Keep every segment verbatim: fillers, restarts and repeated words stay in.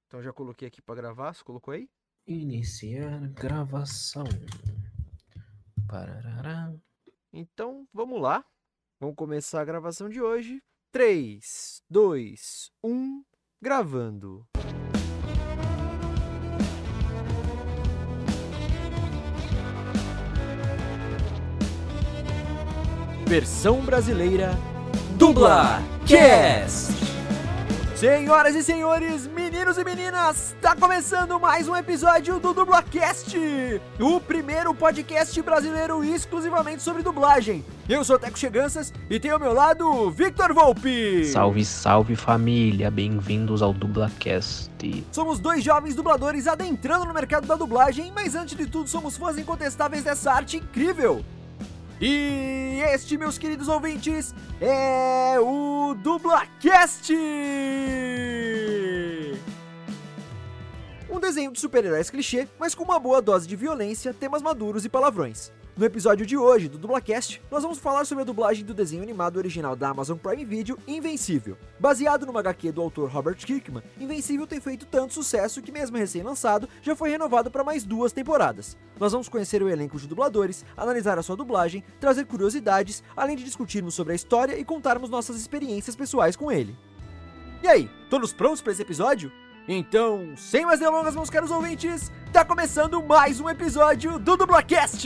Então já coloquei aqui pra gravar, você colocou aí? Iniciar gravação. Parará. Então vamos lá. Vamos começar a gravação de hoje. três, dois, um, gravando. Versão brasileira Dubla Cast. Senhoras e senhores, meninos e meninas, tá começando mais um episódio do DublaCast, o primeiro podcast brasileiro exclusivamente sobre dublagem. Eu sou o Teco Cheganças e tenho ao meu lado Victor Volpi. Salve, salve família, bem-vindos ao DublaCast. Somos dois jovens dubladores adentrando no mercado da dublagem, mas antes de tudo somos fãs incontestáveis dessa arte incrível. E este, meus queridos ouvintes, é o DublaCast! Um desenho de super-heróis clichê, mas com uma boa dose de violência, temas maduros e palavrões. No episódio de hoje do DublaCast, nós vamos falar sobre a dublagem do desenho animado original da Amazon Prime Video, Invencível. Baseado numa agá quê do autor Robert Kirkman, Invencível tem feito tanto sucesso que, mesmo recém-lançado, já foi renovado para mais duas temporadas. Nós vamos conhecer o elenco de dubladores, analisar a sua dublagem, trazer curiosidades, além de discutirmos sobre a história e contarmos nossas experiências pessoais com ele. E aí, todos prontos para esse episódio? Então, sem mais delongas, meus caros ouvintes, tá começando mais um episódio do DublaCast!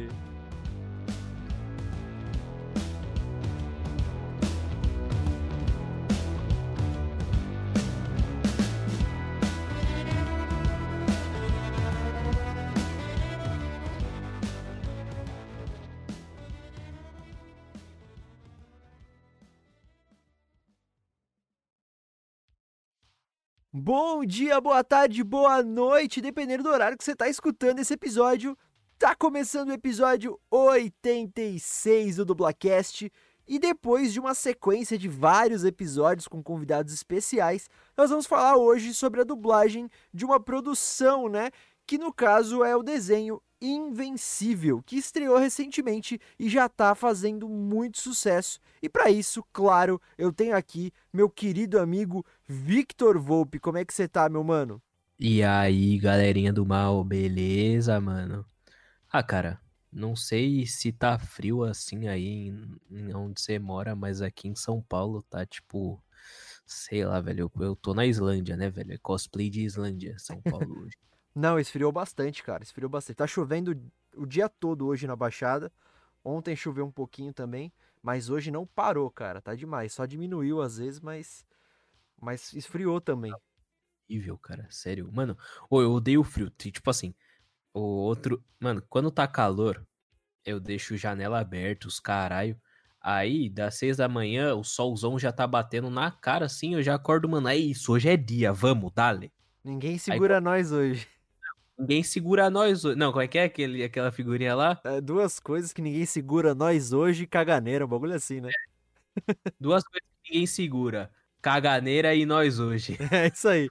Bom dia, boa tarde, boa noite, dependendo do horário que você está escutando esse episódio. Tá começando o episódio oitenta e seis do DublaCast e depois de uma sequência de vários episódios com convidados especiais, nós vamos falar hoje sobre a dublagem de uma produção, né? Que no caso é o desenho Invencível, que estreou recentemente e já tá fazendo muito sucesso. E para isso, claro, eu tenho aqui meu querido amigo Victor Volpi. Como é que você tá, meu mano? E aí, galerinha do mal, beleza, mano? Ah, cara, não sei se tá frio assim aí em, em onde você mora, mas aqui em São Paulo tá tipo, sei lá, velho, eu, eu tô na Islândia, né, velho? É cosplay de Islândia, São Paulo hoje. Não, esfriou bastante, cara. Esfriou bastante. Tá chovendo o dia todo hoje na Baixada. Ontem choveu um pouquinho também, mas hoje não parou, cara. Tá demais. Só diminuiu às vezes, mas mas esfriou também. Horrível, cara, sério. Mano, ô, eu odeio frio. ti- Tipo assim, o outro. Mano, quando tá calor, eu deixo janela aberta, os caralho. Aí, das seis da manhã, o solzão já tá batendo na cara, assim, eu já acordo, mano. É isso, hoje é dia, vamos, dale. Ninguém Aí segura nós hoje. ninguém segura nós hoje. Não, como é que é aquele, aquela figurinha lá? É, duas coisas que ninguém segura nós hoje e caganeira, um bagulho assim, né? Duas coisas que ninguém segura: caganeira e nós hoje. É isso aí.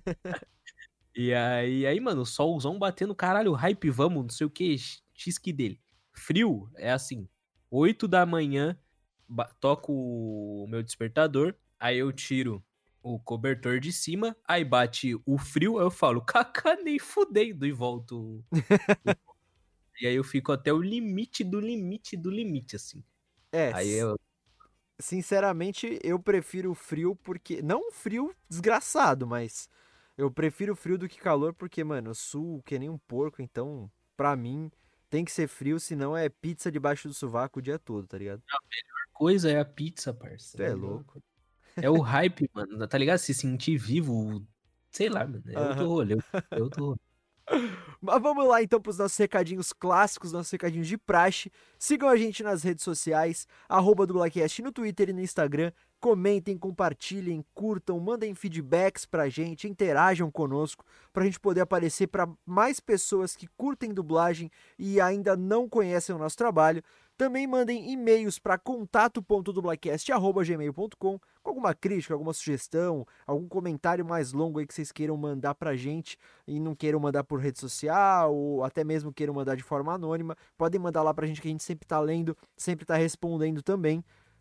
E aí, aí, mano, o solzão batendo, caralho, hype, vamos, não sei o que, x que dele. Frio é assim, oito da manhã, ba- toco o meu despertador, aí eu tiro o cobertor de cima, aí bate o frio, aí eu falo, caca, nem fudendo, e volto. o- E aí eu fico até o limite do limite do limite, assim. É, Aí s- eu. sinceramente, eu prefiro o frio porque. Não um frio desgraçado, mas. Eu prefiro frio do que calor porque, mano, eu suo que nem um porco, então, pra mim, tem que ser frio, senão é pizza debaixo do sovaco o dia todo, tá ligado? Coisa é a pizza, parça. Tu é louco. É o hype, mano, tá ligado? Se sentir vivo, sei lá, mano, é outro Aham. rolê. É outro rolê. Mas vamos lá então para os nossos recadinhos clássicos, nossos recadinhos de praxe. Sigam a gente nas redes sociais, arroba dublacast no Twitter e no Instagram. Comentem, compartilhem, curtam, mandem feedbacks pra gente, interajam conosco, pra gente poder aparecer para mais pessoas que curtem dublagem e ainda não conhecem o nosso trabalho. Também mandem e-mails para contato ponto dublacast arroba gmail ponto com com alguma crítica, alguma sugestão, algum comentário mais longo aí que vocês queiram mandar pra gente e não queiram mandar por rede social, ou até mesmo queiram mandar de forma anônima, podem mandar lá pra gente que a gente sempre tá lendo, sempre tá respondendo também.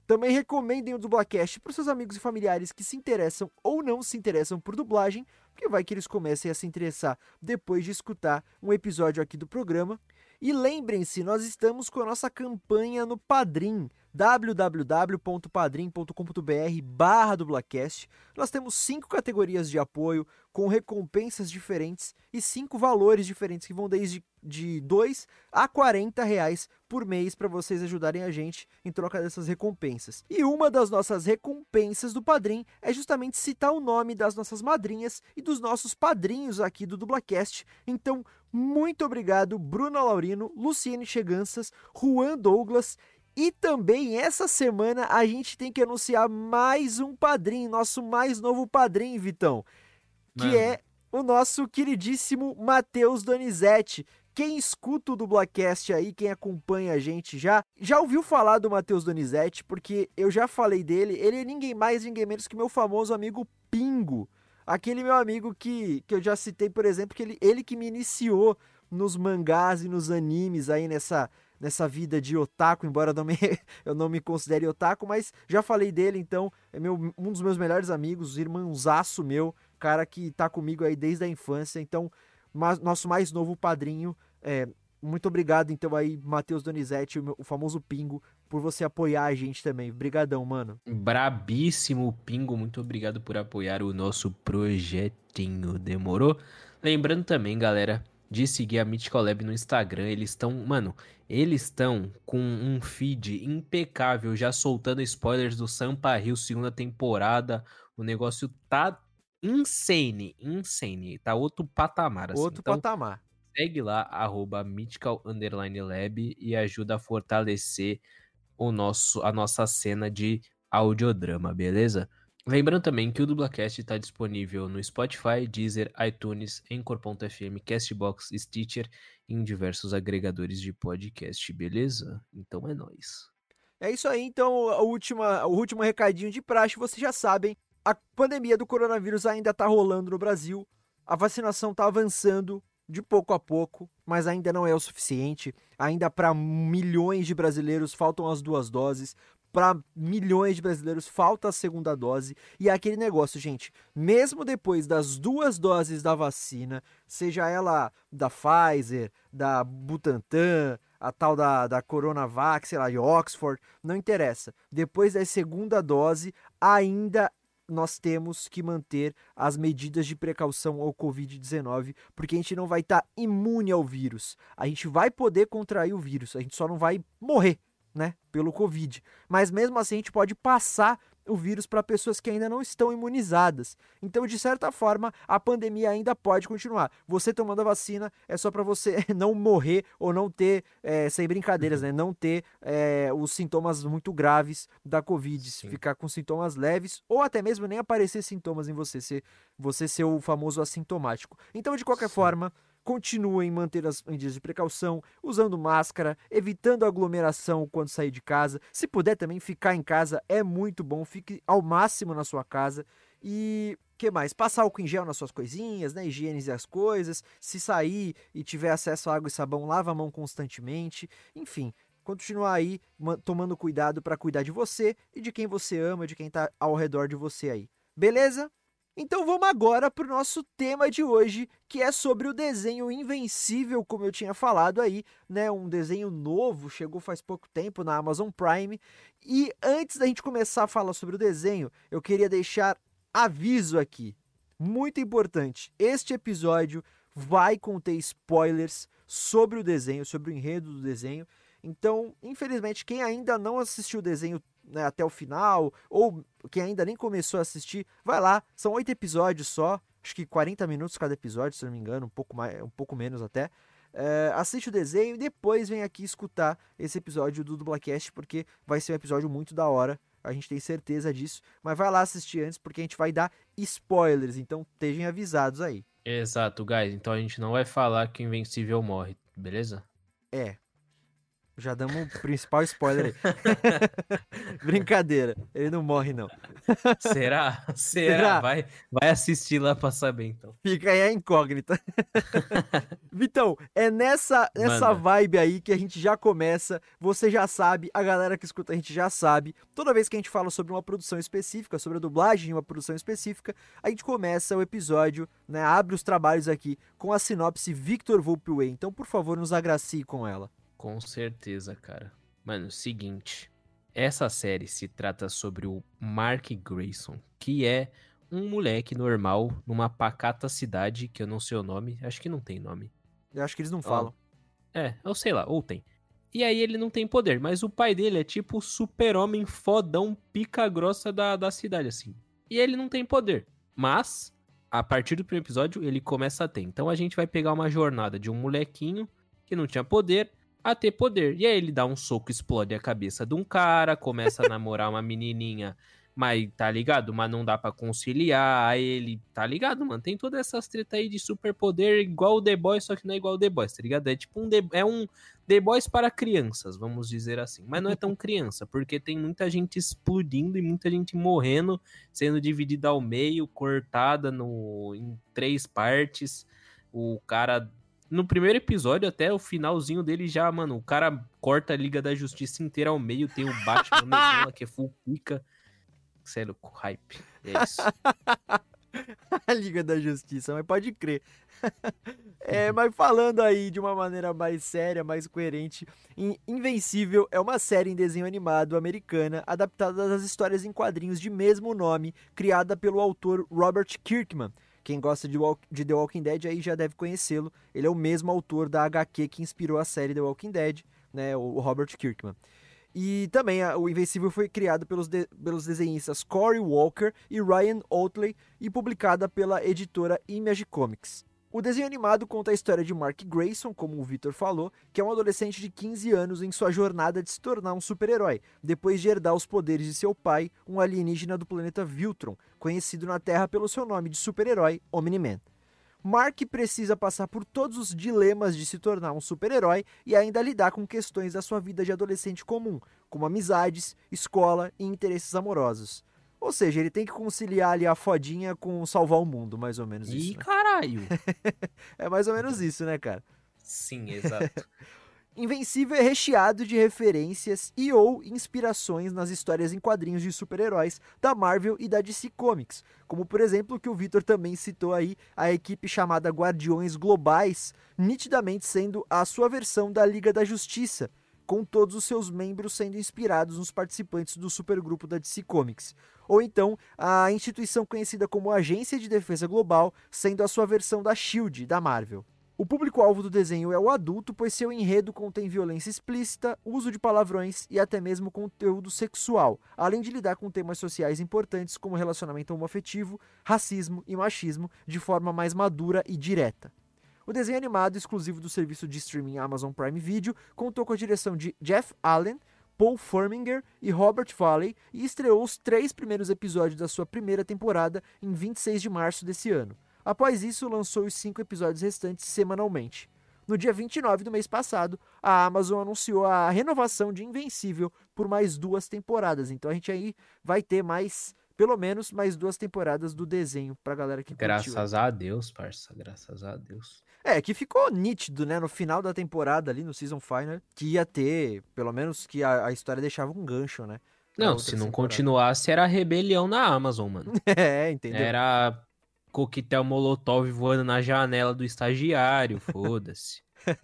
Também recomendem o Dublacast para seus amigos e familiares que se interessam ou não se interessam por dublagem, porque vai que eles comecem a se interessar depois de escutar um episódio aqui do programa. E lembrem-se, nós estamos com a nossa campanha no Padrim, w w w ponto padrim ponto com ponto b r barra dublacast. Nós temos cinco categorias de apoio com recompensas diferentes e cinco valores diferentes que vão desde de dois a quarenta reais por mês para vocês ajudarem a gente em troca dessas recompensas. E uma das nossas recompensas do Padrim é justamente citar o nome das nossas madrinhas e dos nossos padrinhos aqui do Dublacast. Então, muito obrigado, Bruno Laurino, Luciene Cheganças, Juan Douglas. E também essa semana a gente tem que anunciar mais um padrinho, nosso mais novo padrinho, Vitão, que Mano. é o nosso queridíssimo Matheus Donizete. Quem escuta o Dublacast aí, quem acompanha a gente já, já ouviu falar do Matheus Donizete, porque eu já falei dele, ele é ninguém mais, ninguém menos que meu famoso amigo Pingo. Aquele meu amigo que, que eu já citei, por exemplo, que ele, ele que me iniciou nos mangás e nos animes aí nessa... nessa vida de otaku, embora eu não, me, eu não me considere otaku, mas já falei dele, então, é meu, um dos meus melhores amigos, irmãozaço meu, cara que tá comigo aí desde a infância, então, mas, nosso mais novo padrinho, é, muito obrigado, então, aí, Matheus Donizete, o, meu, o famoso Pingo, por você apoiar a gente também, brigadão, mano. Brabíssimo Pingo, muito obrigado por apoiar o nosso projetinho, demorou? Lembrando também, galera, de seguir a Mythical Lab no Instagram, eles estão, mano, eles estão com um feed impecável, já soltando spoilers do Sampa Rio segunda temporada, o negócio tá insane, insane, tá outro patamar, assim, Outro então patamar. segue lá, arroba mythical underline lab e ajuda a fortalecer o nosso, a nossa cena de audiodrama, beleza? Lembrando também que o Dublacast está disponível no Spotify, Deezer, iTunes, Anchor ponto f m, Castbox, Stitcher e em diversos agregadores de podcast, beleza? Então é nóis. É isso aí, então, a última, o último recadinho de praxe, vocês já sabem, a pandemia do coronavírus ainda tá rolando no Brasil, a vacinação tá avançando de pouco a pouco, mas ainda não é o suficiente, ainda para milhões de brasileiros faltam as duas doses, para milhões de brasileiros falta a segunda dose, e é aquele negócio, gente, mesmo depois das duas doses da vacina, seja ela da Pfizer, da Butantan, a tal da, da Coronavac, sei lá, de Oxford, não interessa. Depois da segunda dose, ainda nós temos que manter as medidas de precaução ao covid dezenove, porque a gente não vai estar tá imune ao vírus. A gente vai poder contrair o vírus, a gente só não vai morrer, né, pelo Covid. Mas mesmo assim a gente pode passar o vírus para pessoas que ainda não estão imunizadas. Então, de certa forma, a pandemia ainda pode continuar. Você tomando a vacina é só para você não morrer ou não ter, é, sem brincadeiras, né, não ter é, os sintomas muito graves da Covid, Sim. ficar com sintomas leves ou até mesmo nem aparecer sintomas em você, ser, você ser o famoso assintomático. Então, de qualquer Sim. forma, continuem mantendo as medidas de precaução, usando máscara, evitando aglomeração quando sair de casa. Se puder também ficar em casa, é muito bom. Fique ao máximo na sua casa. E que mais? Passar álcool em gel nas suas coisinhas, né? Higienize as coisas. Se sair e tiver acesso a água e sabão, lava a mão constantemente. Enfim, continuar aí tomando cuidado para cuidar de você e de quem você ama, de quem tá ao redor de você aí. Beleza? Então vamos agora para o nosso tema de hoje, que é sobre o desenho Invencível, como eu tinha falado aí, né? Um desenho novo, chegou faz pouco tempo na Amazon Prime. E antes da gente começar a falar sobre o desenho, eu queria deixar aviso aqui, muito importante. Este episódio vai conter spoilers sobre o desenho, sobre o enredo do desenho. Então, infelizmente, quem ainda não assistiu o desenho, né, até o final, ou quem ainda nem começou a assistir, vai lá, são oito episódios só, acho que quarenta minutos cada episódio, se não me engano, um pouco, mais, um pouco menos até. É, assiste o desenho e depois vem aqui escutar esse episódio do Dublacast, porque vai ser um episódio muito da hora, a gente tem certeza disso, mas vai lá assistir antes, porque a gente vai dar spoilers, então estejam avisados aí. Exato, guys, então a gente não vai falar que o Invencível morre, beleza? É. Já damos o principal spoiler aí. Brincadeira, ele não morre não. Será? Será? Será? Vai, vai assistir lá pra saber, então. Fica aí a incógnita. Vitão, é nessa, nessa Manda. vibe aí que a gente já começa. Você já sabe, a galera que escuta a gente já sabe. Toda vez que a gente fala sobre uma produção específica, sobre a dublagem de uma produção específica, a gente começa o episódio, né? Abre os trabalhos aqui com a sinopse Victor Volpeway. Então, por favor, nos agracie com ela. Com certeza, cara. Mano, seguinte. Essa série se trata sobre o Mark Grayson, que é um moleque normal numa pacata cidade, que eu não sei o nome, acho que não tem nome. Eu acho que eles não Ó, falam. é, eu sei lá, ou tem. E aí ele não tem poder, mas o pai dele é tipo o super-homem fodão pica grossa da, da cidade, assim. E ele não tem poder, mas a partir do primeiro episódio ele começa a ter. Então a gente vai pegar uma jornada de um molequinho que não tinha poder a ter poder. E aí ele dá um soco, explode a cabeça de um cara, começa a namorar uma menininha, mas tá ligado? Mas não dá pra conciliar. Aí ele, tá ligado, mano? Tem todas essas tretas aí de superpoder igual o The Boys, só que não é igual o The Boys, tá ligado? É tipo um The, é um The Boys para crianças, vamos dizer assim. Mas não é tão criança, porque tem muita gente explodindo e muita gente morrendo, sendo dividida ao meio, cortada no, em três partes. O cara... No primeiro episódio, até o finalzinho dele já, mano, o cara corta a Liga da Justiça inteira ao meio, tem o Batman negão lá que é full pica. Sério, hype. É isso. A Liga da Justiça, mas pode crer. É, mas falando aí de uma maneira mais séria, mais coerente, Invencível é uma série em desenho animado americana adaptada das histórias em quadrinhos de mesmo nome, criada pelo autor Robert Kirkman. Quem gosta de, Walk, de The Walking Dead aí já deve conhecê-lo. Ele é o mesmo autor da agá quê que inspirou a série The Walking Dead, né, o Robert Kirkman. E também a, o Invencível foi criado pelos, de, pelos desenhistas Cory Walker e Ryan Oatley e publicada pela editora Image Comics. O desenho animado conta a história de Mark Grayson, como o Victor falou, que é um adolescente de quinze anos em sua jornada de se tornar um super-herói, depois de herdar os poderes de seu pai, um alienígena do planeta Viltron, conhecido na Terra pelo seu nome de super-herói, Omni-Man. Mark precisa passar por todos os dilemas de se tornar um super-herói e ainda lidar com questões da sua vida de adolescente comum, como amizades, escola e interesses amorosos. Ou seja, ele tem que conciliar ali a fodinha com salvar o mundo, mais ou menos isso. Ih, Né? caralho! É mais ou menos isso, né, cara? Sim, exato. Invencível é recheado de referências e ou inspirações nas histórias em quadrinhos de super-heróis da Marvel e da dê cê Comics, como por exemplo o que o Victor também citou aí, a equipe chamada Guardiões Globais, nitidamente sendo a sua versão da Liga da Justiça, com todos os seus membros sendo inspirados nos participantes do supergrupo da dê cê Comics. Ou então, a instituição conhecida como Agência de Defesa Global, sendo a sua versão da Shield, da Marvel. O público-alvo do desenho é o adulto, pois seu enredo contém violência explícita, uso de palavrões e até mesmo conteúdo sexual, além de lidar com temas sociais importantes como relacionamento homoafetivo, racismo e machismo de forma mais madura e direta. O desenho animado, exclusivo do serviço de streaming Amazon Prime Video, contou com a direção de Jeff Allen, Paul Furminger e Robert Valley e estreou os três primeiros episódios da sua primeira temporada em vinte e seis de março desse ano. Após isso, lançou os cinco episódios restantes semanalmente. No dia vinte e nove do mês passado, a Amazon anunciou a renovação de Invencível por mais duas temporadas. Então a gente aí vai ter mais, pelo menos, mais duas temporadas do desenho pra galera que curtiu. Graças a Deus, parça. Graças a Deus. É, que ficou nítido, né, no final da temporada ali, no Season Final, que ia ter, pelo menos que a, a história deixava um gancho, né? Não, se não continuasse, era rebelião na Amazon, mano. É, entendeu? Era coquetel molotov voando na janela do estagiário, foda-se.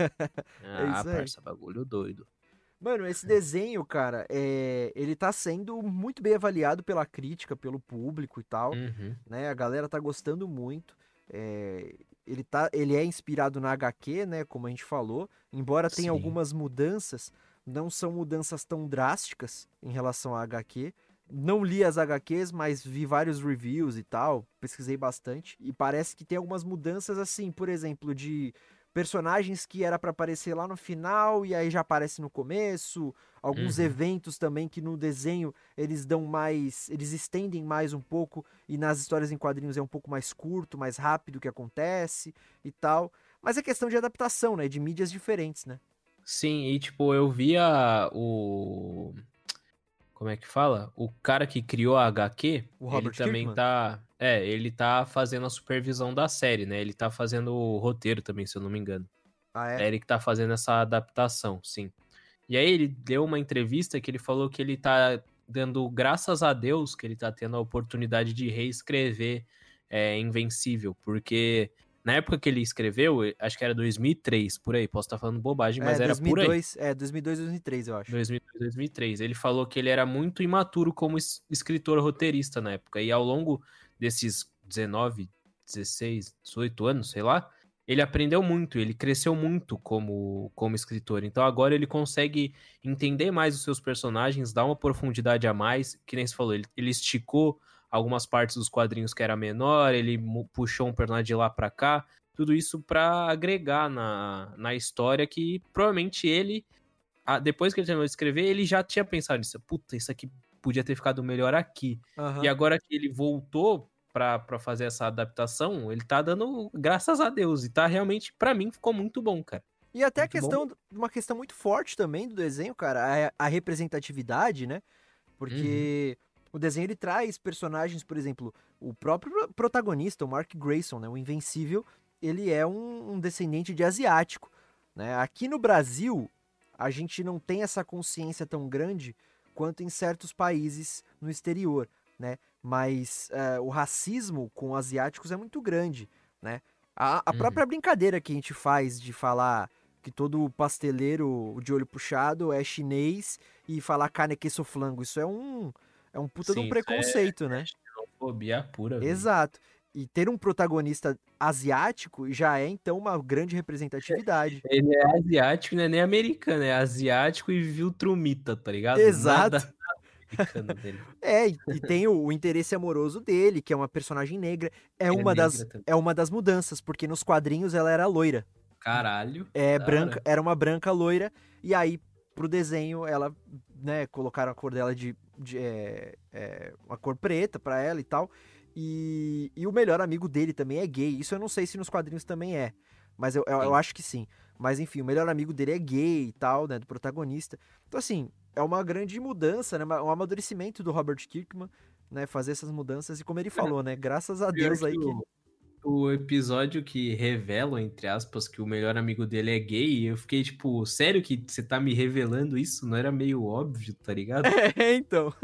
É Ah, isso aí. parça, bagulho doido. Mano, esse desenho, cara, é... ele tá sendo muito bem avaliado pela crítica, pelo público e tal, Uhum. né? A galera tá gostando muito. É... Ele, tá... ele é inspirado na agá quê, né? Como a gente falou. Embora tenha Sim. algumas mudanças, não são mudanças tão drásticas em relação à agá quê. Não li as agá quês, mas vi vários reviews e tal, pesquisei bastante. E parece que tem algumas mudanças assim, por exemplo, de personagens que era pra aparecer lá no final e aí já aparece no começo. Alguns Uhum. eventos também que no desenho eles dão mais, eles estendem mais um pouco e nas histórias em quadrinhos é um pouco mais curto, mais rápido que acontece e tal. Mas é questão de adaptação, né, de mídias diferentes, né? Sim, e tipo, eu via o... Como é que fala? O cara que criou a H Q, O ele Robert também Kirkman? tá... É, ele tá fazendo a supervisão da série, né? Ele tá fazendo o roteiro também, se eu não me engano. Ah, é? É ele que tá fazendo essa adaptação, sim. E aí ele deu uma entrevista que ele falou que ele tá dando graças a Deus que ele tá tendo a oportunidade de reescrever é, Invencível, porque na época que ele escreveu, eh, acho que era dois mil e três, por aí, posso estar falando bobagem, mas É, era por aí. dois mil e dois, é, dois mil e dois, dois mil e três, eu acho. dois mil e dois, dois mil e três. Ele falou que ele era muito imaturo como es- escritor roteirista na época, e ao longo desses dezenove, dezesseis, dezoito anos, sei lá, ele aprendeu muito, ele cresceu muito como, como escritor. Então agora ele consegue entender mais os seus personagens, dar uma profundidade a mais, que nem você falou, ele, ele esticou algumas partes dos quadrinhos que era menor, ele mu- puxou um personagem de lá pra cá, tudo isso pra agregar na, na história que provavelmente ele ah, depois que ele terminou de escrever, ele já tinha pensado nisso. Puta, isso aqui podia ter ficado melhor aqui. E Aham. agora que ele voltou pra, pra fazer essa adaptação, ele tá dando graças a Deus. E tá realmente, pra mim, ficou muito bom, cara. E até a Muito bom. questão, uma questão muito forte também do desenho, cara, a, a representatividade, né? Uhum. Porque o desenho ele traz personagens, por exemplo, o próprio protagonista, o Mark Grayson, né? O Invencível, ele é um, um descendente de asiático, né? Aqui no Brasil, a gente não tem essa consciência tão grande quanto em certos países no exterior, né? Mas eh, o racismo com asiáticos é muito grande, né? A, a Uhum. própria brincadeira que a gente faz de falar que todo pasteleiro de olho puxado é chinês e falar carne, queso, flango, isso é um é um puta de um Sim, isso é, preconceito, é né? xenofobia pura, velho. Exato. E ter um protagonista asiático já é então uma grande representatividade. Ele é asiático, não é nem americano, é asiático e viltrumita, tá ligado? Exato. Nada americano dele. É, e, e tem o, o interesse amoroso dele, que é uma personagem negra. É É uma negra das também. é uma das mudanças, porque nos quadrinhos ela era loira. Caralho, É da branca, hora. era uma branca loira, e aí pro desenho ela, né, colocaram a cor dela de, de é, é, uma cor preta pra ela e tal. E, e o melhor amigo dele também é gay. Isso eu não sei se nos quadrinhos também é, mas eu, eu, eu Sim. acho que sim. Mas enfim, o melhor amigo dele é gay e tal, né, do protagonista. Então assim, é uma grande mudança, né, um amadurecimento do Robert Kirkman, né, fazer essas mudanças e como ele falou, né, graças a Pior Deus que aí que o, o episódio que revelam, entre aspas, que o melhor amigo dele é gay, eu fiquei tipo, sério que você tá me revelando isso? Não era meio óbvio, tá ligado? é, então.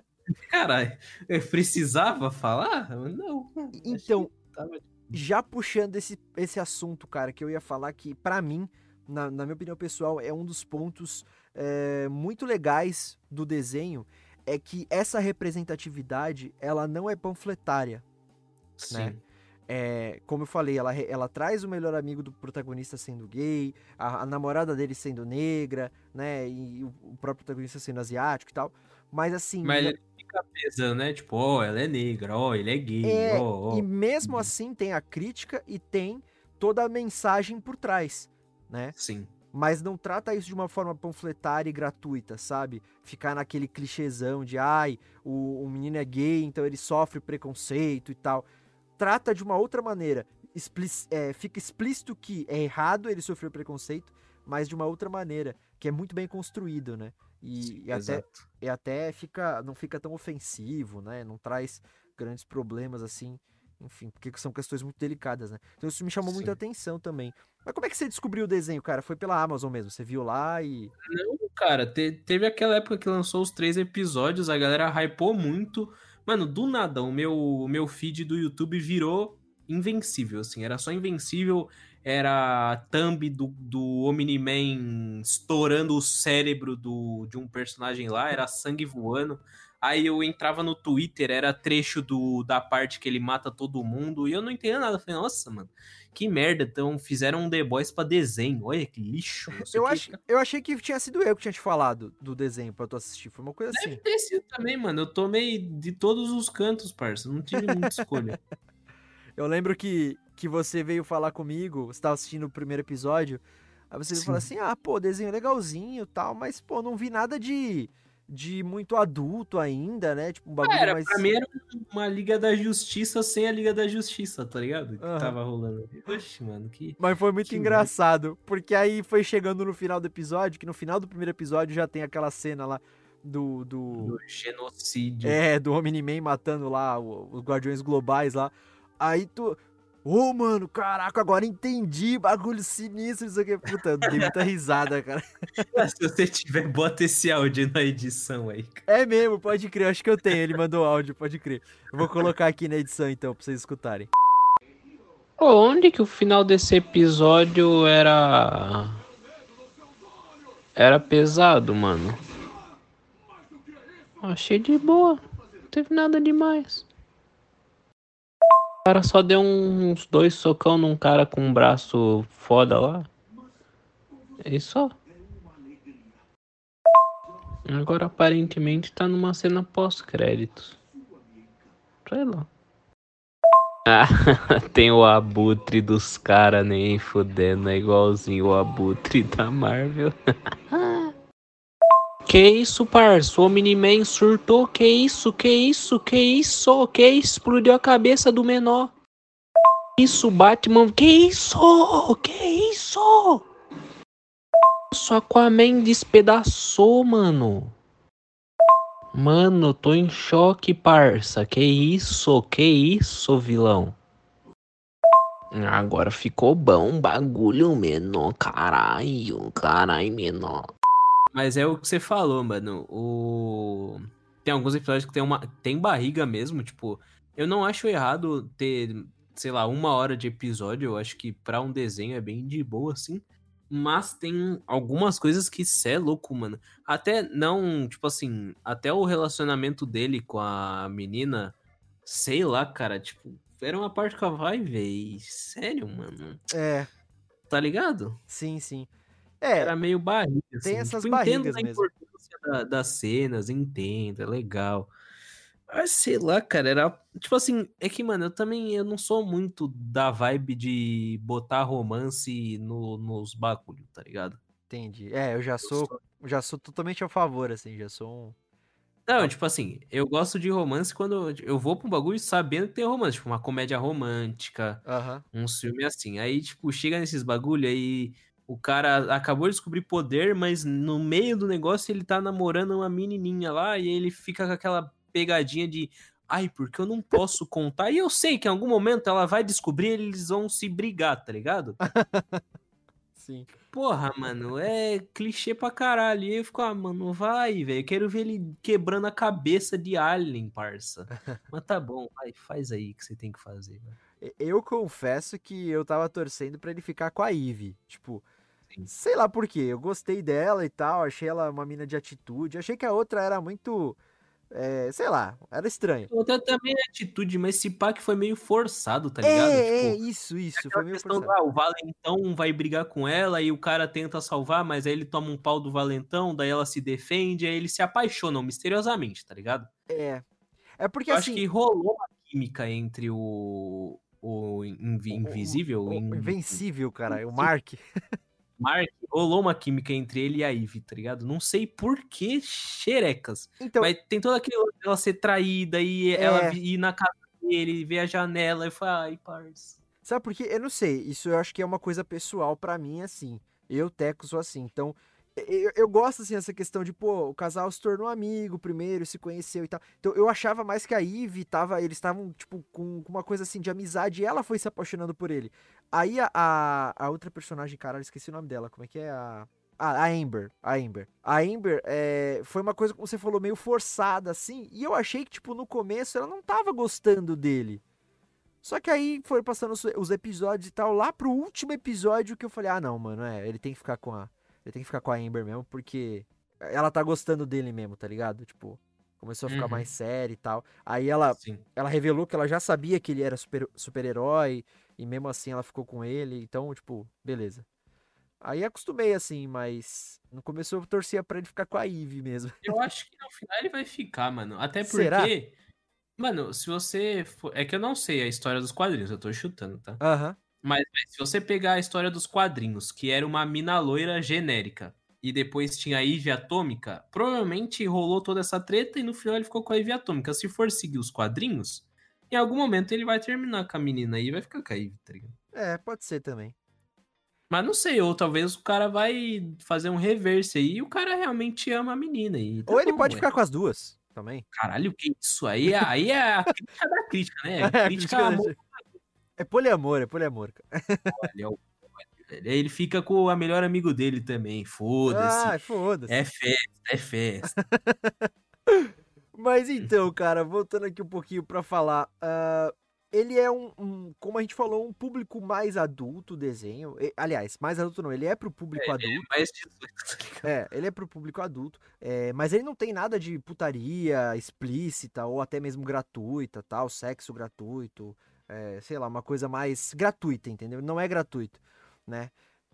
Cara, eu precisava falar? Não, acho que Então, tava. já puxando esse, esse assunto, cara, que eu ia falar que, pra mim, na, na minha opinião pessoal, é um dos pontos é, muito legais do desenho, é que essa representatividade, ela não é panfletária, né? Sim, É, como eu falei, ela, re- ela traz o melhor amigo do protagonista sendo gay, a, a namorada dele sendo negra, né? E o, o próprio protagonista sendo asiático e tal. Mas assim, mas me- ele fica pesando, né? Tipo, ó, ela é negra, ó, ele é gay, é. ó, E ó. mesmo assim tem a crítica e tem toda a mensagem por trás, né? Sim, Mas não trata isso de uma forma panfletária e gratuita, sabe? Ficar naquele clichêzão de ai, o, o menino é gay, então ele sofre preconceito e tal. Trata de uma outra maneira. Explic- é, fica explícito que é errado ele sofrer preconceito, mas de uma outra maneira, que é muito bem construído, né? sim, E, e até, exato. e até fica, não fica tão ofensivo, né? Não traz grandes problemas assim. Enfim, porque são questões muito delicadas, né? Então isso me chamou muita Sim. atenção também. Mas como é que você descobriu o desenho, cara? Foi pela Amazon mesmo? Você viu lá e. Não, cara, te- teve aquela época que lançou os três episódios, a galera hypou muito. Mano, do nada, o meu, o meu feed do YouTube virou invencível, assim. Era só invencível, era a thumb do, do Omni-Man estourando o cérebro do, de um personagem lá, era sangue voando. Aí eu entrava no Twitter, era trecho do, da parte que ele mata todo mundo, e eu não entendia nada. Eu falei, nossa, mano, que merda. Então fizeram um The Boys pra desenho, olha que lixo, não sei o Eu, que. ach... eu achei que tinha sido eu que tinha te falado do desenho pra tu assistir. Foi uma coisa Deve assim. ter sido também, mano. Eu tomei de todos os cantos, parça. Não tive muita escolha. Eu lembro que, que você veio falar comigo, você tava assistindo o primeiro episódio. Aí você veio falar Sim. assim: ah, pô, desenho legalzinho e tal, mas, pô, não vi nada de, de muito adulto ainda, né? Tipo, um bagulho Era, mais... pra mim era uma Liga da Justiça sem a Liga da Justiça, tá ligado? Que Aham. tava rolando. Oxe, mano, que, Mas foi muito que merda. engraçado, porque aí foi chegando no final do episódio, que no final do primeiro episódio já tem aquela cena lá do... do Do genocídio. é, do Omni-Man matando lá o- os Guardiões Globais lá. Aí tu... Ô, mano, caraca, agora entendi, bagulho sinistro, isso aqui. Puta, eu dei muita risada, cara. Se você tiver, bota esse áudio na edição aí, cara. É mesmo, pode crer, acho que eu tenho, ele mandou áudio, pode crer. Eu vou colocar aqui na edição então, pra vocês escutarem. Pô, onde que o final desse episódio era. Era pesado, mano? Achei de boa. Não teve nada demais. O cara só deu uns dois socão num cara com um braço foda lá. É isso só. Agora aparentemente tá numa cena pós-créditos. Sei lá. Ah, tem o abutre dos caras nem fudendo, é igualzinho o abutre da Marvel. Que isso, parça? O Omni-Man surtou? Que isso? Que isso? Que isso? Que explodiu a cabeça do menor? Isso, Batman? Que isso? Que isso? Só Aquaman despedaçou, mano. Mano, tô em choque, parça. Que isso? Que isso, vilão? Agora ficou bom o bagulho, menor. Caralho, caralho, menor. Mas é o que você falou, mano. O... Tem alguns episódios que tem uma. Tem barriga mesmo, tipo. Eu não acho errado ter, sei lá, uma hora de episódio. Eu acho que pra um desenho é bem de boa, assim. Mas tem algumas coisas que cê é louco, mano. Até não, tipo assim, até o relacionamento dele com a menina, sei lá, cara, tipo, era uma parte que eu vai, véi. Sério, mano. É, Tá ligado? sim, sim. É, Era meio barriga, tem assim. essas Tipo, entendo barrigas a mesmo. importância da- das cenas, entendo, é legal. Mas sei lá, cara, era. Tipo assim, é que, mano, eu também eu não sou muito da vibe de botar romance no, nos bagulho, tá ligado? Entendi. É, eu já Eu sou, sou- já sou totalmente a favor, assim, já sou um... Não, a- tipo assim, eu gosto de romance quando eu eu vou pra um bagulho sabendo que tem romance, tipo uma comédia romântica, Aham. um filme assim. Aí, tipo, chega nesses bagulho aí, o cara acabou de descobrir poder, mas no meio do negócio ele tá namorando uma menininha lá e ele fica com aquela pegadinha de, ai, porque eu não posso contar. E eu sei que em algum momento ela vai descobrir e eles vão se brigar, tá ligado? Sim. Porra, mano, é clichê pra caralho. E eu fico, ah, mano, vai, velho. Eu quero ver ele quebrando a cabeça de Alien, parça. Mas tá bom, vai, faz aí o que você tem que fazer, mano. E- Eu confesso que eu tava torcendo pra ele ficar com a Eve. Tipo, Sim. sei lá por quê. Eu gostei dela e tal, achei ela uma mina de atitude. Achei que a outra era muito, é, sei lá, era estranha. Outra também é atitude, mas esse pá que foi meio forçado, tá É, ligado? é, Tipo, isso, isso, foi aquela meio questão do, forçado. ah, o Valentão vai brigar com ela e o cara tenta salvar, mas aí ele toma um pau do Valentão, daí ela se defende, aí eles se apaixonam misteriosamente, tá ligado? É. É porque Eu acho assim, que rolou uma química entre o, o Invi- o, o- Invisível, o o- o In- Invencível, cara, o Mark. Mark, rolou uma química entre ele e a Ivy, tá ligado? Não sei por que xerecas. Então, Mas tem toda aquele lance dela ser traída e ela é. vi- ir na casa dele, ver a janela e falar, ai, parça. Sabe por quê? Eu não sei. Isso eu acho que é uma coisa pessoal pra mim, assim. Eu, Teco, sou assim. Então, eu, eu gosto, assim, dessa questão de, pô, o casal se tornou amigo primeiro, se conheceu e tal. Então, eu achava mais que a Ivy tava. Eles estavam, tipo, com, com uma coisa assim de amizade e ela foi se apaixonando por ele. Aí a, a, a outra personagem, caralho, esqueci o nome dela. Como é que é? A. Ah, a Amber, a Amber. A Amber é, foi uma coisa, como você falou, meio forçada, assim. E eu achei que, tipo, no começo ela não tava gostando dele. Só que aí foram passando os, os episódios e tal, lá pro último episódio que eu falei, ah não, mano, é, ele tem que ficar com a. Ele tem que ficar com a Amber mesmo, porque ela tá gostando dele mesmo, tá ligado? Tipo, começou a ficar Uhum, mais séria e tal. Aí ela, sim. ela revelou que ela já sabia que ele era super, super-herói, e mesmo assim ela ficou com ele, então, tipo, beleza. Aí acostumei assim, mas no começo eu torcia pra ele ficar com a Ivy mesmo. Eu acho que no final ele vai ficar, mano. Até Será? porque, mano, se você. For... É que eu não sei a história dos quadrinhos, eu tô chutando, tá? Aham. Mas, mas se você pegar a história dos quadrinhos, que era uma mina loira genérica. e depois tinha a Ivy Atômica, provavelmente rolou toda essa treta e no final ele ficou com a Ivy Atômica. Se for seguir os quadrinhos, em algum momento ele vai terminar com a menina aí e vai ficar com a Ivy, tá ligado? É, pode ser também. Mas não sei, ou talvez o cara vai fazer um reverse aí e o cara realmente ama a menina. E tá Ou ele bom, pode ué. ficar com as duas também. Caralho, que isso? Aí, é- aí é a crítica da crítica, né? É, a Crítica crítica ao da- amor. É poliamor, é poliamor, cara. Ele, é o- ele fica com o melhor amigo dele também. Foda-se. Ah, foda-se. É festa, é festa. Mas então, cara, voltando aqui um pouquinho pra falar, ah, ele é um, um, como a gente falou, um público mais adulto, o desenho. E- aliás, mais adulto não, ele é pro público adulto. Mas dezoito, tá ligado? É, ele é pro público adulto, é, mas ele não tem nada de putaria explícita ou até mesmo gratuita, tal, sexo gratuito, é, sei lá, uma coisa mais gratuita, entendeu? Não é gratuito, né?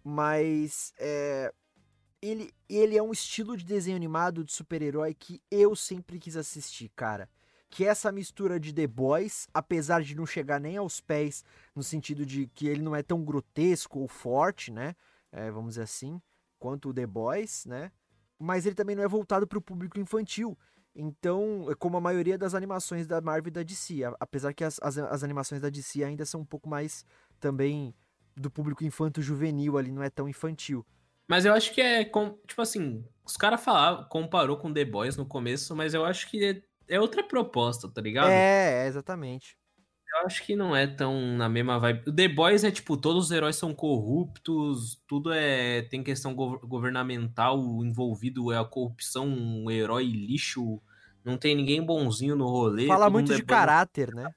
Mas é, ele, ele é um estilo de desenho animado de super-herói que eu sempre quis assistir, cara. Que é essa mistura de The Boys, apesar de não chegar nem aos pés, no sentido de que ele não é tão grotesco ou forte, né? É, vamos dizer assim, quanto o The Boys, né? Mas ele também não é voltado para o público infantil. Então, é como a maioria das animações da Marvel e da D C, a- apesar que as, as, as animações da D C ainda são um pouco mais também do público infanto-juvenil ali, não é tão infantil. Mas eu acho que é, com- tipo assim, os caras falaram, comparou com The Boys no começo, mas eu acho que é, é outra proposta, tá ligado? É, é, exatamente. Eu acho que não é tão na mesma vibe. O The Boys é tipo, todos os heróis são corruptos, tudo é tem questão gov- governamental envolvido, é a corrupção, um herói lixo, não tem ninguém bonzinho no rolê, Fala todo muito mundo é de bando caráter, né?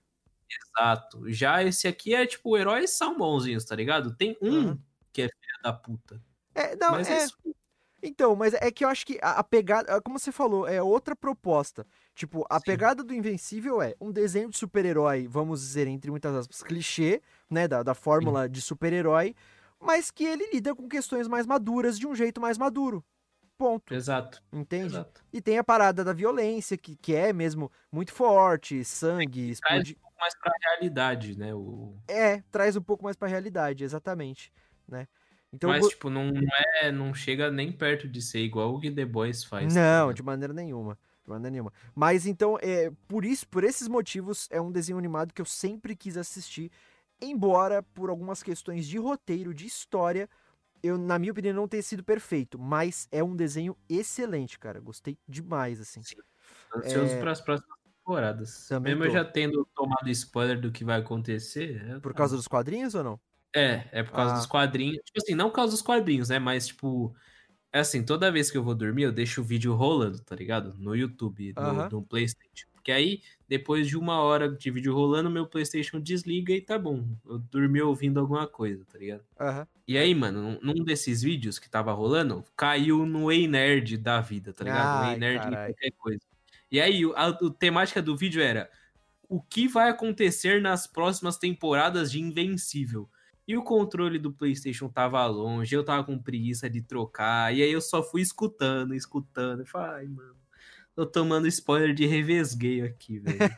exato. Já esse aqui é tipo, heróis são bonzinhos, tá ligado? Tem um Aham. que é filha da puta. É, não, Mas é é. isso. Então, mas é que eu acho que a, a pegada, como você falou, é outra proposta. Tipo, a Sim. pegada do Invencível é um desenho de super-herói, vamos dizer, entre muitas aspas, clichê, né, da, da fórmula de super-herói, mas que ele lida com questões mais maduras de um jeito mais maduro. Ponto. Exato. Entende? Exato. E tem a parada da violência, que, que é mesmo muito forte, sangue, Traz explodir. um pouco mais pra realidade, né? O... É, traz um pouco mais pra realidade, exatamente, né? Então, eu Mas, go- tipo, não, não é, não chega nem perto de ser igual o que The Boys faz, tá Não, ligado? de maneira nenhuma. De maneira nenhuma. Mas então, é, por isso, por esses motivos, é um desenho animado que eu sempre quis assistir. Embora, por algumas questões de roteiro, de história, eu, na minha opinião, não tenha sido perfeito. Mas é um desenho excelente, cara. Gostei demais, assim. Sim. Ansioso É, para as próximas temporadas. também Mesmo eu tô. já tendo tomado spoiler do que vai acontecer. é, Por tá. causa dos quadrinhos ou não? É, é por causa dos Ah, quadrinhos. Tipo assim, não por causa dos quadrinhos, né? Mas, tipo, é assim, toda vez que eu vou dormir, eu deixo o vídeo rolando, tá ligado? No YouTube, no, aham, no PlayStation. Porque aí, depois de uma hora de vídeo rolando, meu PlayStation desliga e tá bom. Eu dormi ouvindo alguma coisa, tá ligado? aham. E aí, mano, num num desses vídeos que tava rolando, caiu no Ei Nerd da vida, tá ligado? Um Ei Ai, Nerd em carai. qualquer coisa. E aí, o- a, a temática do vídeo era o que vai acontecer nas próximas temporadas de Invencível. E o controle do PlayStation tava longe, eu tava com preguiça de trocar, e aí eu só fui escutando, escutando. Eu falei, ai, mano, tô tomando spoiler de revesgueio aqui, velho.